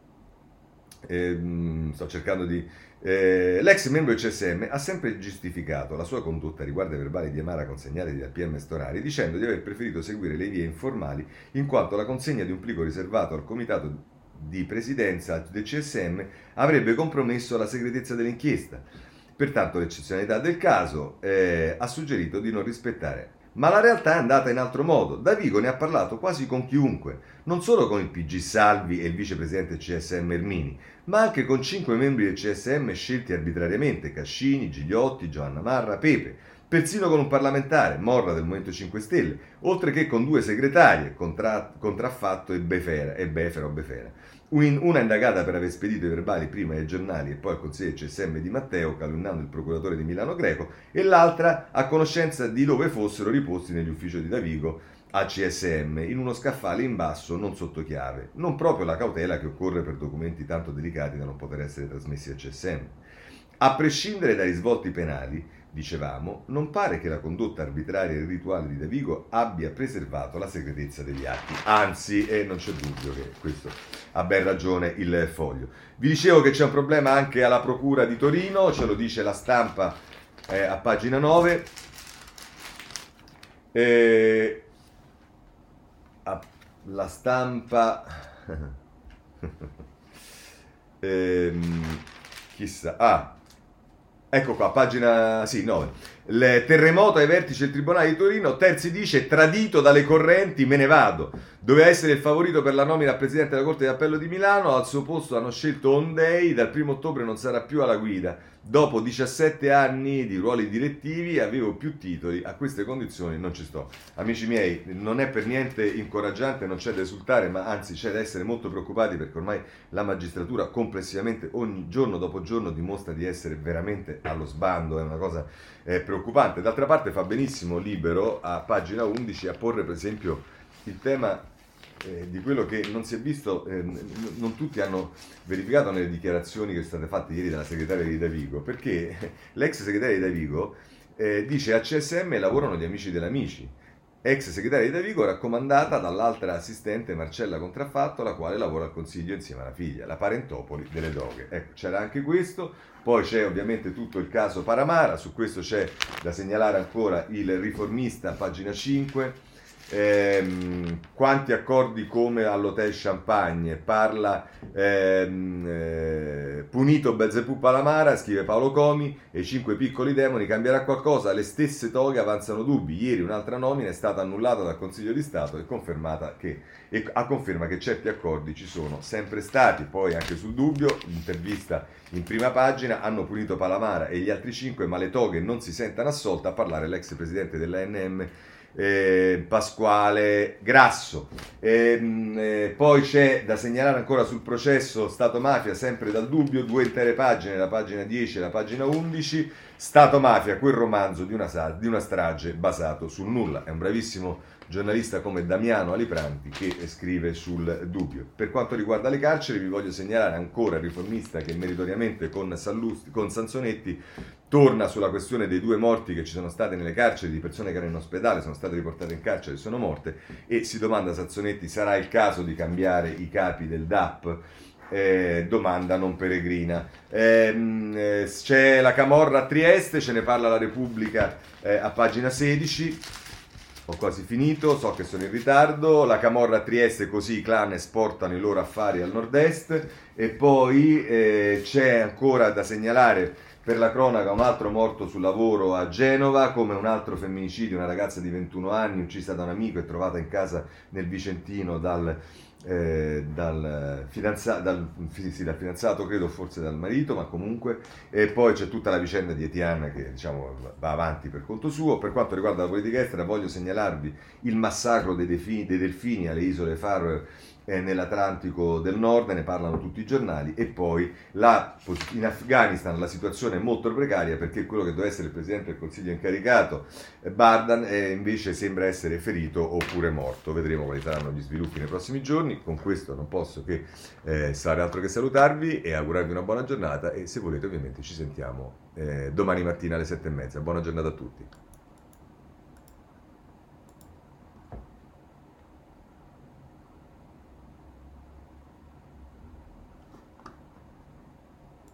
ehm, sto cercando di... Eh, l'ex membro del C S M ha sempre giustificato la sua condotta riguardo ai verbali di Amara consegnati dal P M Storari, dicendo di aver preferito seguire le vie informali in quanto la consegna di un plico riservato al comitato di presidenza del C S M avrebbe compromesso la segretezza dell'inchiesta. Pertanto l'eccezionalità del caso eh, ha suggerito di non rispettare. Ma la realtà è andata in altro modo. Davigo ne ha parlato quasi con chiunque, non solo con il P G Salvi e il vicepresidente C S M Ermini, ma anche con cinque membri del C S M scelti arbitrariamente: Cascini, Gigliotti, Giovanna Marra, Pepe, persino con un parlamentare, Morra del Movimento cinque Stelle, oltre che con due segretarie, Contra- Contraffatto e Befera, e Befera o Befera. Una indagata per aver spedito i verbali prima ai giornali e poi al consigliere C S M Di Matteo, calunniando il procuratore di Milano Greco, e l'altra a conoscenza di dove fossero riposti negli uffici di Davigo a C S M, in uno scaffale in basso non sotto chiave. Non proprio la cautela che occorre per documenti tanto delicati da non poter essere trasmessi a C S M. A prescindere dai risvolti penali, dicevamo, non pare che la condotta arbitraria e rituale di Davigo abbia preservato la segretezza degli atti. Anzi, e non c'è dubbio che questo ha ben ragione il Foglio. Vi dicevo che c'è un problema anche alla Procura di Torino, ce lo dice La Stampa eh, a pagina nove. Eh, la Stampa... ehm, chissà... Ah... Ecco qua, pagina sì, nove. Il terremoto ai vertici del Tribunale di Torino, Terzi dice tradito dalle correnti, me ne vado. Doveva essere il favorito per la nomina a Presidente della Corte di Appello di Milano, al suo posto hanno scelto Ondei, dal primo ottobre non sarà più alla guida. Dopo diciassette anni di ruoli direttivi avevo più titoli, a queste condizioni non ci sto. Amici miei, non è per niente incoraggiante, non c'è da esultare, ma anzi c'è da essere molto preoccupati perché ormai la magistratura complessivamente ogni giorno dopo giorno dimostra di essere veramente allo sbando, è una cosa eh, preoccupante. D'altra parte fa benissimo Libero a pagina undici a porre per esempio il tema Eh, di quello che non si è visto, eh, non tutti hanno verificato nelle dichiarazioni che sono state fatte ieri dalla segretaria di Davigo, perché l'ex segretaria di Davigo eh, dice a C S M lavorano gli amici dell'Amici, ex segretaria di Davigo raccomandata dall'altra assistente Marcella Contraffatto, la quale lavora al consiglio insieme alla figlia, la parentopoli delle droghe. Ecco, c'era anche questo. Poi c'è ovviamente tutto il caso Paramara, su questo c'è da segnalare ancora il Riformista, pagina cinque. Ehm, quanti accordi come all'Hotel Champagne, parla ehm, eh, punito Belzebù Palamara, scrive Paolo Comi, e i cinque piccoli demoni, cambierà qualcosa, le stesse toghe avanzano dubbi, ieri un'altra nomina è stata annullata dal Consiglio di Stato e confermata che, e a conferma che certi accordi ci sono sempre stati. Poi anche sul dubbio, intervista in prima pagina, hanno punito Palamara e gli altri cinque, ma le toghe non si sentano assolte, a parlare l'ex presidente dell'A N M Eh, Pasquale Grasso. E, eh, poi c'è da segnalare ancora sul processo Stato Mafia, sempre dal dubbio, due intere pagine, la pagina dieci e la pagina undici. Stato Mafia, quel romanzo di una, di una strage basato sul nulla. È un bravissimo giornalista come Damiano Alipranti che scrive sul dubbio. Per quanto riguarda le carceri, vi voglio segnalare ancora il Riformista che meritoriamente con, Sallusti, con Sansonetti torna sulla questione dei due morti che ci sono state nelle carceri, di persone che erano in ospedale, sono state riportate in carcere e sono morte, e si domanda Sansonetti: sarà il caso di cambiare i capi del D A P? Eh, domanda non peregrina. Eh, eh, c'è la Camorra a Trieste, ce ne parla la Repubblica eh, a pagina sedici. Ho quasi finito, so che sono in ritardo. La Camorra a Trieste, così i clan esportano i loro affari al nord-est. E poi eh, c'è ancora da segnalare per la cronaca un altro morto sul lavoro a Genova, come un altro femminicidio, una ragazza di ventuno anni uccisa da un amico e trovata in casa nel Vicentino dal, eh, dal, fidanza, dal, sì, dal fidanzato, credo, forse dal marito, ma comunque. E poi c'è tutta la vicenda di Etienne che, diciamo, va avanti per conto suo. Per quanto riguarda la politica estera, voglio segnalarvi il massacro dei, defi, dei delfini alle isole Faroe eh, nell'Atlantico del Nord, ne parlano tutti i giornali. E poi la, in Afghanistan la situazione è molto precaria perché quello che doveva essere il presidente del consiglio incaricato, eh, Bardan, eh, invece sembra essere ferito oppure morto. Vedremo quali saranno gli sviluppi nei prossimi giorni. Con questo non posso che eh, fare altro che salutarvi e augurarvi una buona giornata, e se volete ovviamente ci sentiamo eh, domani mattina alle sette e mezza. Buona giornata a tutti.